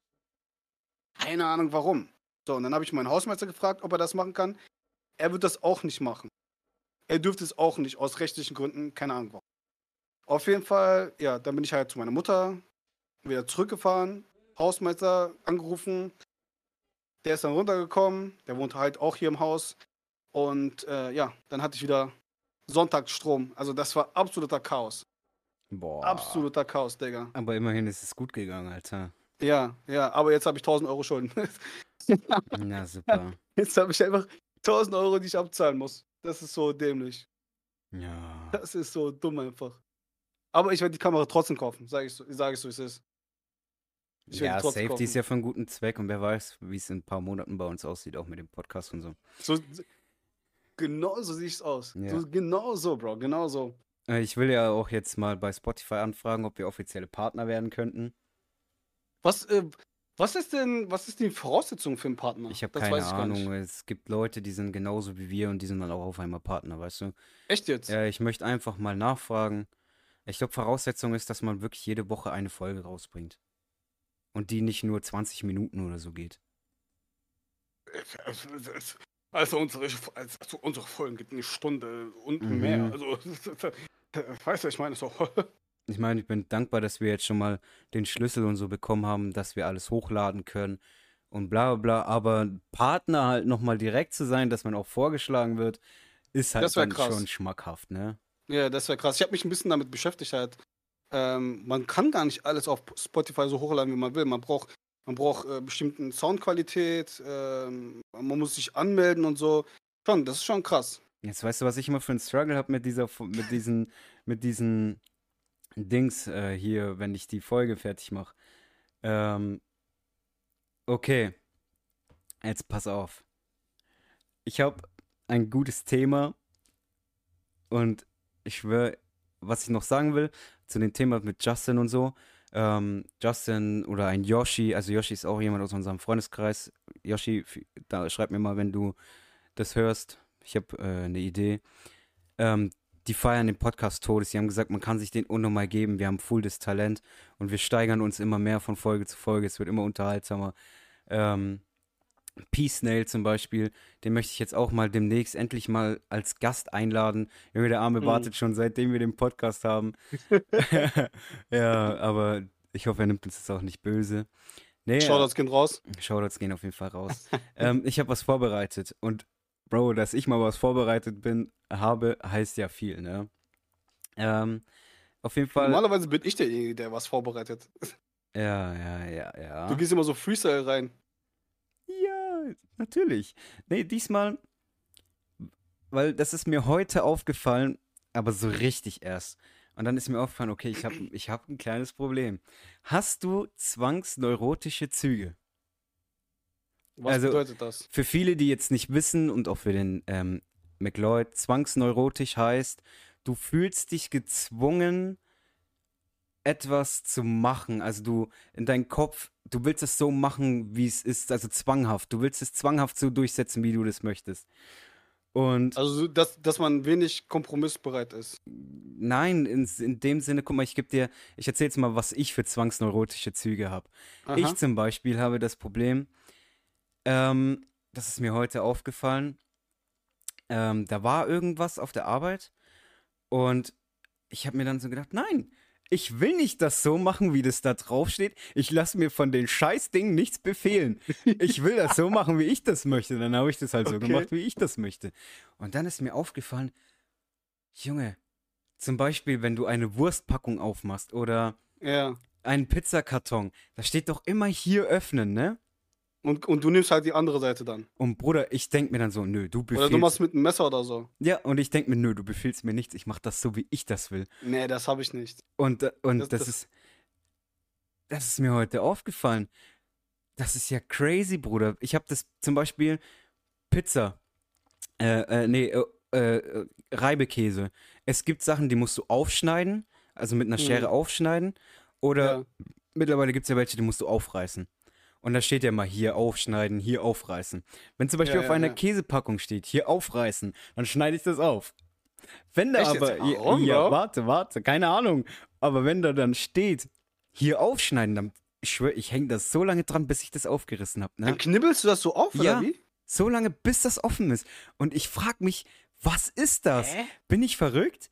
Keine Ahnung warum. So, und dann habe ich meinen Hausmeister gefragt, ob er das machen kann. Er wird das auch nicht machen. Er dürfte es auch nicht, aus rechtlichen Gründen, keine Ahnung warum. Auf jeden Fall, ja, dann bin ich halt zu meiner Mutter wieder zurückgefahren, Hausmeister angerufen. Der ist dann runtergekommen, der wohnt halt auch hier im Haus. Und äh, ja, dann hatte ich wieder Sonntagsstrom. Also das war absoluter Chaos. Boah. Absoluter Chaos, Digga. Aber immerhin ist es gut gegangen, Alter. Ja, ja, aber jetzt habe ich tausend Euro Schulden. Na, super. Jetzt habe ich einfach tausend Euro, die ich abzahlen muss. Das ist so dämlich. Ja. Das ist so dumm einfach. Aber ich werde die Kamera trotzdem kaufen, sage ich so, sag ich so, wie es ist. Ich werde Ja, die trotzdem Safety ist kaufen. ja für einen guten Zweck und wer weiß, wie es in ein paar Monaten bei uns aussieht, auch mit dem Podcast und so. So, genau so sieht es aus. Ja. So, genau so, Bro, genau so. Äh, Ich will ja auch jetzt mal bei Spotify anfragen, ob wir offizielle Partner werden könnten. Was, äh, was ist denn, was ist die Voraussetzung für einen Partner? Ich habe Das keine weiß ich gar nicht. Ahnung. Es gibt Leute, die sind genauso wie wir und die sind dann auch auf einmal Partner, weißt du? Echt jetzt? Ja, ich möchte einfach mal nachfragen. Ich glaube, Voraussetzung ist, dass man wirklich jede Woche eine Folge rausbringt. Und die nicht nur zwanzig Minuten oder so geht. Also unsere, also unsere Folgen geht eine Stunde und Mhm. mehr. Also, weißt du, ich meine so. Ich meine, ich bin dankbar, dass wir jetzt schon mal den Schlüssel und so bekommen haben, dass wir alles hochladen können und bla bla bla. Aber Partner halt nochmal direkt zu sein, dass man auch vorgeschlagen wird, ist halt Das wär dann krass. schon schmackhaft, ne? Ja, das wäre krass. Ich habe mich ein bisschen damit beschäftigt halt. Ähm, man kann gar nicht alles auf Spotify so hochladen, wie man will. Man braucht, man braucht äh, bestimmten Soundqualität, ähm, man muss sich anmelden und so. Schon, das ist schon krass. Jetzt weißt du, was ich immer für einen Struggle habe mit dieser, mit diesen, mit diesen Dings äh, hier, wenn ich die Folge fertig mache. Ähm, okay, jetzt pass auf. Ich habe ein gutes Thema und ich schwöre, was ich noch sagen will, zu dem Thema mit Justin und so. Ähm, Justin oder ein Yoshi, also Yoshi ist auch jemand aus unserem Freundeskreis. Yoshi, f- da schreib mir mal, wenn du das hörst. Ich habe äh, eine Idee. Ähm, die feiern den Podcast Todes. Die haben gesagt, man kann sich den unnormal geben. Wir haben full das Talent und wir steigern uns immer mehr von Folge zu Folge. Es wird immer unterhaltsamer. Ähm, Peace Nail zum Beispiel, den möchte ich jetzt auch mal demnächst endlich mal als Gast einladen. Junge, der Arme Mhm. wartet schon, seitdem wir den Podcast haben. Ja, aber ich hoffe, er nimmt uns das auch nicht böse. Nee, Shoutouts gehen raus. Shoutouts gehen auf jeden Fall raus. ähm, ich habe was vorbereitet und Bro, dass ich mal was vorbereitet bin, habe, heißt ja viel, ne? Ähm, auf jeden Fall. Normalerweise bin ich derjenige, der was vorbereitet. Ja, ja, ja, ja. Du gehst immer so Freestyle rein. Ja, natürlich. Nee, diesmal, weil das ist mir heute aufgefallen, aber so richtig erst. Und dann ist mir aufgefallen, okay, ich habe ich hab ein kleines Problem. Hast du zwangsneurotische Züge? Was Also, bedeutet das? Für viele, die jetzt nicht wissen und auch für den ähm, McLeod, zwangsneurotisch heißt, du fühlst dich gezwungen, etwas zu machen. Also du in deinem Kopf, du willst es so machen, wie es ist, also zwanghaft. Du willst es zwanghaft so durchsetzen, wie du das möchtest. Und Also, so, dass, dass man wenig kompromissbereit ist. nein, in, in dem Sinne, guck mal, ich gebe dir, ich erzähle jetzt mal, was ich für zwangsneurotische Züge habe. Ich Aha. zum Beispiel habe das Problem, ähm, das ist mir heute aufgefallen, ähm, da war irgendwas auf der Arbeit und ich habe mir dann so gedacht, nein, ich will nicht das so machen, wie das da drauf steht. Ich lasse mir von den Scheißdingen nichts befehlen. Ich will das so machen, wie ich das möchte. Dann habe ich das halt so Okay. gemacht, wie ich das möchte. Und dann ist mir aufgefallen, Junge, zum Beispiel, wenn du eine Wurstpackung aufmachst oder Ja. einen Pizzakarton, da steht doch immer hier öffnen, ne? Und, und du nimmst halt die andere Seite dann. Und Bruder, ich denk mir dann so, nö, du Oder befehlst. du machst mit einem Messer oder so. Ja, und ich denk mir, nö, du befiehlst mir nichts, ich mach das so, wie ich das will. Nee, das habe ich nicht. Und, äh, und Das- das, das- ist, das ist mir heute aufgefallen. Das ist ja crazy, Bruder. Ich habe das zum Beispiel Pizza, äh, äh, nee, äh, äh, Reibekäse. Es gibt Sachen, die musst du aufschneiden, also mit einer Mhm. Schere aufschneiden. Oder Ja. mittlerweile gibt es ja welche, die musst du aufreißen. Und da steht ja mal hier aufschneiden, hier aufreißen. Wenn zum Beispiel Ja, auf ja, einer ja. Käsepackung steht, hier aufreißen, dann schneide ich das auf. Wenn da Echt jetzt? aber, Warum, ja, Bro? warte, warte, keine Ahnung. Aber wenn da dann steht, hier aufschneiden, dann, ich schwöre, ich hänge da so lange dran, bis ich das aufgerissen habe. Ne? Dann knibbelst du das so auf, Ja. oder wie? So lange, bis das offen ist. Und ich frage mich, was ist das? Hä? Bin ich verrückt?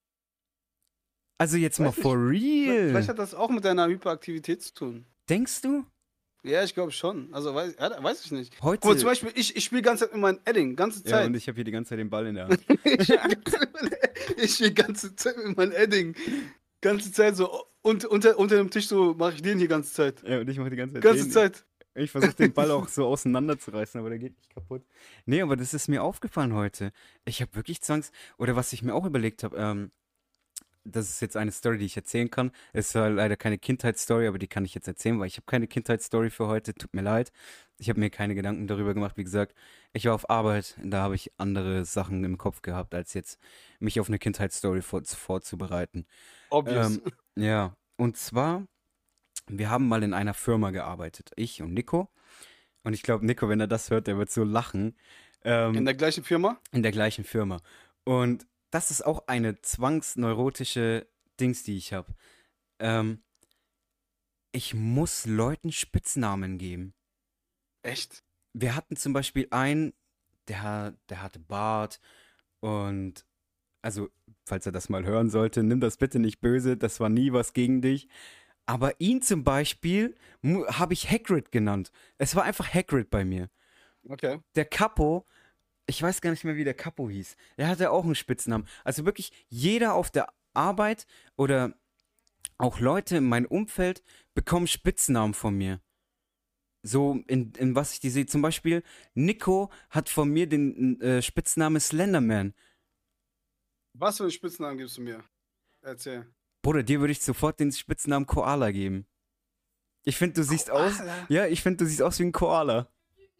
Also jetzt mal Weiß nicht. for real. Vielleicht hat das auch mit deiner Hyperaktivität zu tun. Denkst du? Ja, ich glaube schon. Also weiß, ja, weiß ich nicht. Heute. Guck mal, zum Beispiel, ich, ich spiele die ganze Zeit mit meinem Edding, ganze ja, Zeit. und ich habe hier die ganze Zeit den Ball in der Hand. ich spiele die ganze Zeit mit meinem Ich die ganze Zeit mit meinem Edding. Ganze Zeit so. Und unter, unter dem Tisch so mache ich den hier ganze Zeit. Ja, und ich mache die ganze Zeit Ganze den. Zeit. Ich versuche den Ball auch so auseinanderzureißen, aber der geht nicht kaputt. Nee, aber das ist mir aufgefallen heute. Ich habe wirklich Zwangs... Oder was ich mir auch überlegt habe, ähm, das ist jetzt eine Story, die ich erzählen kann. Es war leider keine Kindheitsstory, aber die kann ich jetzt erzählen, weil ich habe keine Kindheitsstory für heute. Tut mir leid. Ich habe mir keine Gedanken darüber gemacht. Wie gesagt, ich war auf Arbeit, da habe ich andere Sachen im Kopf gehabt, als jetzt mich auf eine Kindheitsstory vor, vorzubereiten. Obvious. Ähm, ja, und zwar, wir haben mal in einer Firma gearbeitet. Ich und Nico. Und ich glaube, Nico, wenn er das hört, der wird so lachen. Ähm, In der gleichen Firma? in der gleichen Firma. Und das ist auch eine zwangsneurotische Dings, die ich habe. Ähm, ich muss Leuten Spitznamen geben. Echt? Wir hatten zum Beispiel einen, der, der hatte Bart und, also, falls er das mal hören sollte, nimm das bitte nicht böse, das war nie was gegen dich. Aber ihn zum Beispiel habe ich Hagrid genannt. Es war einfach Hagrid bei mir. Okay. Der Capo, ich weiß gar nicht mehr, wie der Capo hieß. Der hatte auch einen Spitznamen. Also wirklich jeder auf der Arbeit oder auch Leute in meinem Umfeld bekommen Spitznamen von mir. So, in, in was ich die sehe. Zum Beispiel, Nico hat von mir den äh, Spitznamen Slenderman. Was für einen Spitznamen gibst du mir? Erzähl. Bruder, dir würde ich sofort den Spitznamen Koala geben. Ich finde, du siehst aus. Koala? Ja, ich finde, du siehst aus wie ein Koala.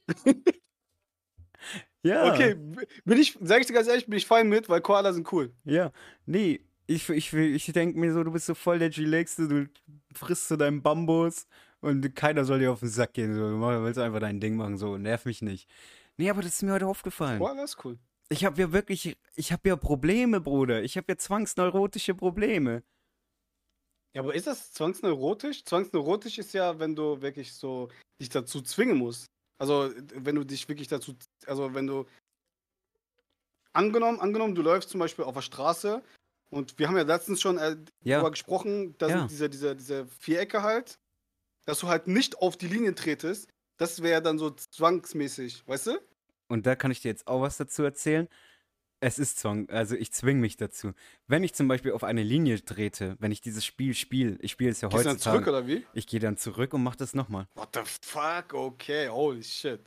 Ja. Okay, bin ich, sag ich dir ganz ehrlich, bin ich fein mit, weil Koala sind cool. Ja, nee, ich, ich, ich denke mir so, du bist so voll der G-Lex, du frisst so deinen Bambus und keiner soll dir auf den Sack gehen. So. Du willst einfach dein Ding machen, so, nerv mich nicht. Nee, aber das ist mir heute aufgefallen. Koala ist cool. Ich habe ja wirklich, ich habe ja Probleme, Bruder. Ich habe ja zwangsneurotische Probleme. Ja, aber ist das zwangsneurotisch? Zwangsneurotisch ist ja, wenn du wirklich so dich dazu zwingen musst. Also, wenn du dich wirklich dazu, also wenn du, angenommen, angenommen, du läufst zum Beispiel auf der Straße und wir haben ja letztens schon äh, Ja. darüber gesprochen, da Ja. sind diese, diese, diese Vierecke halt, dass du halt nicht auf die Linie tretest, das wäre dann so zwangsmäßig, weißt du? Und da kann ich dir jetzt auch was dazu erzählen. Es ist Zwang, also ich zwinge mich dazu. Wenn ich zum Beispiel auf eine Linie trete, wenn ich dieses Spiel spiele, ich spiele es ja Gehst du dann heutzutage, zurück oder wie? ich gehe dann zurück und mache das nochmal. What the fuck? Okay, holy shit.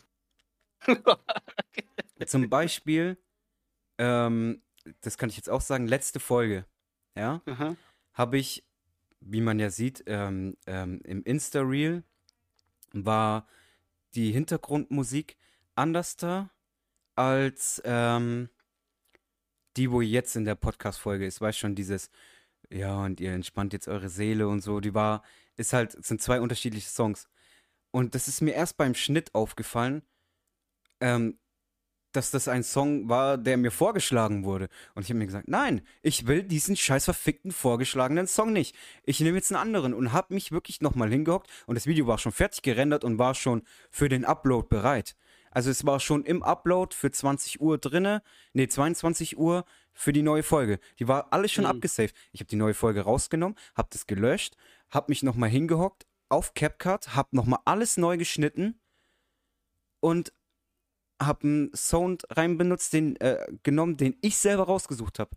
Zum Beispiel, ähm, das kann ich jetzt auch sagen, letzte Folge, ja, Aha. habe ich, wie man ja sieht, ähm, ähm, im Insta-Reel war die Hintergrundmusik anders da als ähm, die, wo jetzt in der Podcast-Folge ist. Weißt schon, dieses, ja, und ihr entspannt jetzt eure Seele und so, die war, ist halt, es sind zwei unterschiedliche Songs. Und das ist mir erst beim Schnitt aufgefallen, ähm, dass das ein Song war, der mir vorgeschlagen wurde. Und ich habe mir gesagt, nein, ich will diesen scheiß verfickten vorgeschlagenen Song nicht. Ich nehme jetzt einen anderen und habe mich wirklich nochmal hingehockt und das Video war schon fertig gerendert und war schon für den Upload bereit. Also es war schon im Upload für zwanzig Uhr drinne, nee, zweiundzwanzig Uhr für die neue Folge. Die war alles schon Mhm. abgesaved. Ich habe die neue Folge rausgenommen, habe das gelöscht, habe mich nochmal hingehockt auf CapCut, habe nochmal alles neu geschnitten und habe einen Sound rein benutzt, den äh, genommen, den ich selber rausgesucht habe.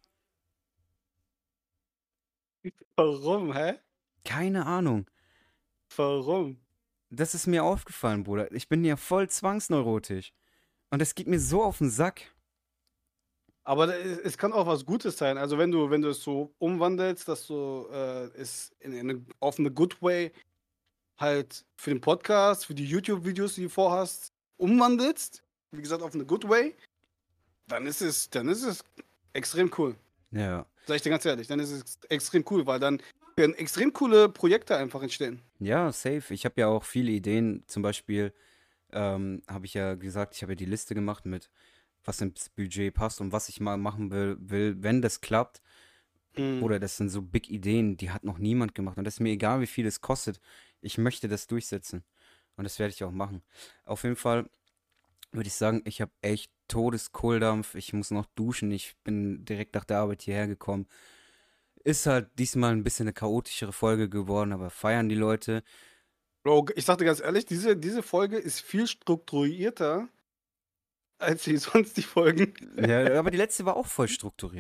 Warum, hä? Keine Ahnung. Warum? Das ist mir aufgefallen, Bruder. Ich bin ja voll zwangsneurotisch. Und das geht mir so auf den Sack. Aber da- es es kann auch was Gutes sein. Also wenn du, wenn du es so umwandelst, dass du äh, es in, in eine, auf eine Good Way halt für den Podcast, für die YouTube-Videos, die du vorhast, umwandelst, wie gesagt, auf eine Good Way, dann ist es, dann ist es extrem cool. Ja. Sag ich dir ganz ehrlich, dann ist es extrem cool, weil dann können extrem coole Projekte einfach entstehen. Ja, safe. Ich habe ja auch viele Ideen. Zum Beispiel ähm, habe ich ja gesagt, ich habe ja die Liste gemacht mit, was ins Budget passt und was ich mal machen will, will, wenn das klappt. Mhm. Oder das sind so Big Ideen, die hat noch niemand gemacht. Und das ist mir egal, wie viel es kostet. Ich möchte das durchsetzen. Und das werde ich auch machen. Auf jeden Fall würde ich sagen, ich habe echt Todeskohldampf. Ich muss noch duschen. Ich bin direkt nach der Arbeit hierher gekommen. Ist halt diesmal ein bisschen eine chaotischere Folge geworden, aber feiern die Leute. Bro, ich sag dir ganz ehrlich, diese, diese Folge ist viel strukturierter als die sonst die Folgen. Ja, aber die letzte war auch voll strukturiert.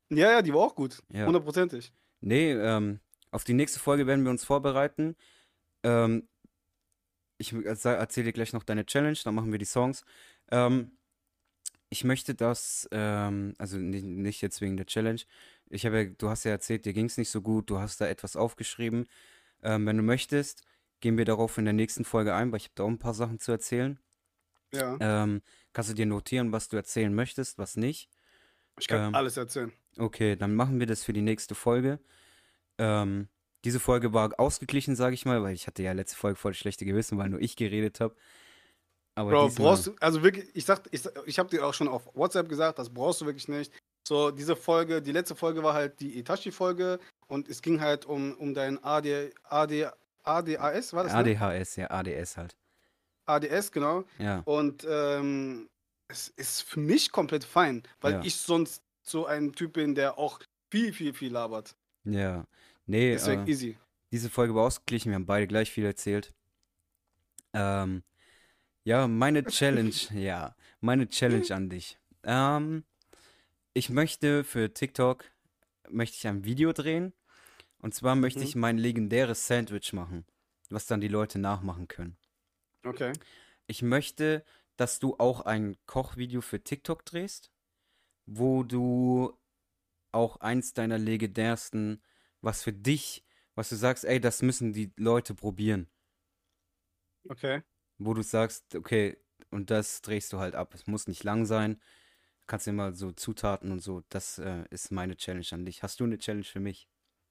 Ja, ja, die war auch gut. Ja. Hundertprozentig. Nee, ähm, auf die nächste Folge werden wir uns vorbereiten. Ähm, ich erzähle dir gleich noch deine Challenge, dann machen wir die Songs. Ähm, ich möchte das, ähm, also nicht, nicht jetzt wegen der Challenge. Ich habe ja, du hast ja erzählt, dir ging es nicht so gut, du hast da etwas aufgeschrieben. Ähm, wenn du möchtest, gehen wir darauf in der nächsten Folge ein, weil ich habe da auch ein paar Sachen zu erzählen. Ja. Ähm, kannst du dir notieren, was du erzählen möchtest, was nicht? Ich kann Ähm, alles erzählen. okay, dann machen wir das für die nächste Folge. Ähm, diese Folge war ausgeglichen, sage ich mal, weil ich hatte ja letzte Folge voll schlechte Gewissen, weil nur ich geredet habe. Aber Bro, diesmal, brauchst du, also wirklich, ich sag, ich, ich habe dir auch schon auf WhatsApp gesagt, das brauchst du wirklich nicht. So, diese Folge, die letzte Folge war halt die Itachi-Folge und es ging halt um, um dein A D, A D, A D A S, war das, ne? A D H S, ja, A D S halt. A D S, genau. Ja, Und ähm, es ist für mich komplett fein, weil ja, ich sonst so ein Typ bin, der auch viel, viel, viel labert. ja. Nee, Deswegen äh, easy. diese Folge war ausgeglichen, wir haben beide gleich viel erzählt. Ähm, ja, meine Challenge, ja, meine Challenge an dich. Ähm, ich möchte für TikTok, möchte ich ein Video drehen. Und zwar möchte Mhm. ich mein legendäres Sandwich machen, was dann die Leute nachmachen können. Okay. Ich möchte, dass du auch ein Kochvideo für TikTok drehst, wo du auch eins deiner legendärsten, was für dich, was du sagst, ey, das müssen die Leute probieren. Okay. Wo du sagst, okay, und das drehst du halt ab. Es muss nicht lang sein. Kannst dir mal so Zutaten und so. Das äh, ist meine Challenge an dich. Hast du eine Challenge für mich?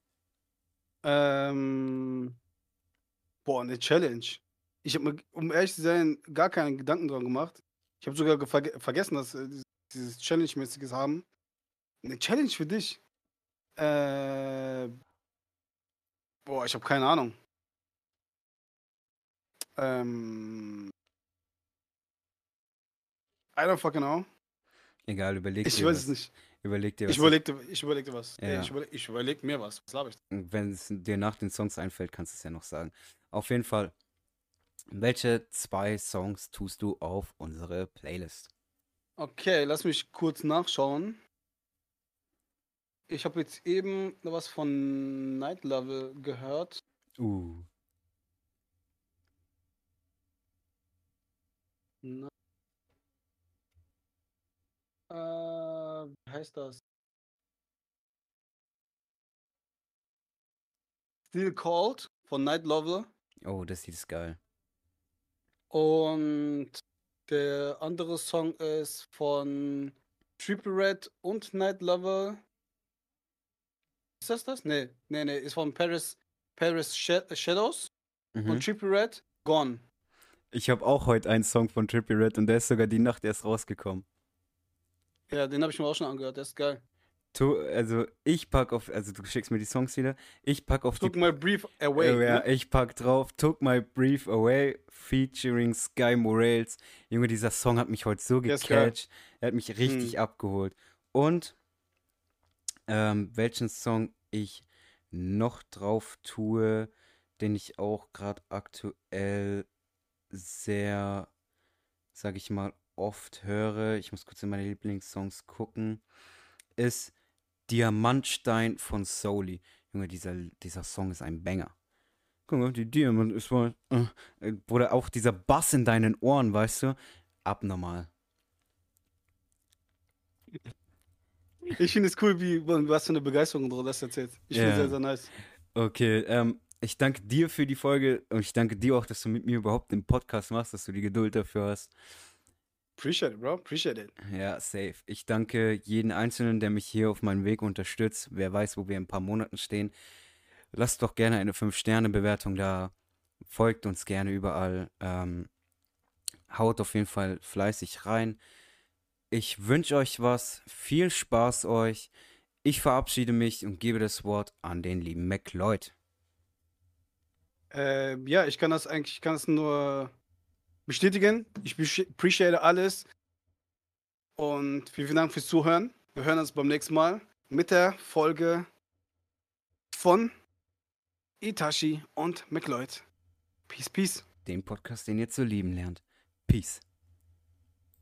Ähm, boah, eine Challenge. Ich habe mir, um ehrlich zu sein, gar keine Gedanken dran gemacht. Ich habe sogar verge vergessen, dass äh, dieses, dieses Challenge-mäßiges haben. Eine Challenge für dich? Äh, boah, ich habe keine Ahnung. Ähm, I don't fucking know. Egal, überleg Ich dir weiß es was. nicht. Überleg dir Ich was. Ich, überlegte, ich überlegte was. Ey, ich ja. überleg, ich überleg mir was. Was laber ich? Wenn es dir nach den Songs einfällt, kannst du es ja noch sagen. Auf jeden Fall, welche zwei Songs tust du auf unsere Playlist? Okay, lass mich kurz nachschauen. Ich habe jetzt eben noch was von Night Level gehört. Uh, Na, äh, wie heißt das? Still Called von Night Level. oh, das Lied ist geil. Und der andere Song ist von Triple Red und Night Level. Ist das das? Nee, nee, nee, ist von Paris, Paris Sha- Shadows und Mhm. Triple Red Gone. Ich habe auch heute einen Song von Trippie Redd und der ist sogar die Nacht erst rausgekommen. Ja, den habe ich mir auch schon angehört, der ist geil. Tu, also ich pack auf, also du schickst mir die Songs wieder. Ich pack auf die, Took My Breath Away, äh, ja, ne? ich pack drauf Took My Breath Away featuring Sky Morales. Junge, dieser Song hat mich heute so Der ist geil. gecatcht. Er hat mich Hm. richtig abgeholt. Und ähm, welchen Song ich noch drauf tue, den ich auch gerade aktuell sehr, sag ich mal, oft höre. Ich muss kurz in meine Lieblingssongs gucken. Ist Diamantstein von Souley. Junge, dieser, dieser Song ist ein Banger. Guck mal, die Diamant ist wohl. Äh, äh, Bruder, auch dieser Bass in deinen Ohren, weißt du? Abnormal. Ich finde es cool, wie was für eine Begeisterung du das erzählst. Ich finde es sehr, Ja. sehr nice. Okay, ähm, ich danke dir für die Folge und ich danke dir auch, dass du mit mir überhaupt den Podcast machst, dass du die Geduld dafür hast. Appreciate it, bro. Appreciate it. Ja, safe. Ich danke jeden Einzelnen, der mich hier auf meinem Weg unterstützt. Wer weiß, wo wir in ein paar Monaten stehen. Lasst doch gerne eine fünf Sterne Bewertung da. Folgt uns gerne überall. Ähm, haut auf jeden Fall fleißig rein. Ich wünsche euch was. Viel Spaß euch. Ich verabschiede mich und gebe das Wort an den lieben McLeod. Äh, ja, ich kann das eigentlich, ich kann es nur bestätigen. Ich besch- appreciate alles und vielen, vielen Dank fürs Zuhören. Wir hören uns beim nächsten Mal mit der Folge von Itachi und McLeod. Peace, peace. Den Podcast, den ihr zu lieben lernt. Peace.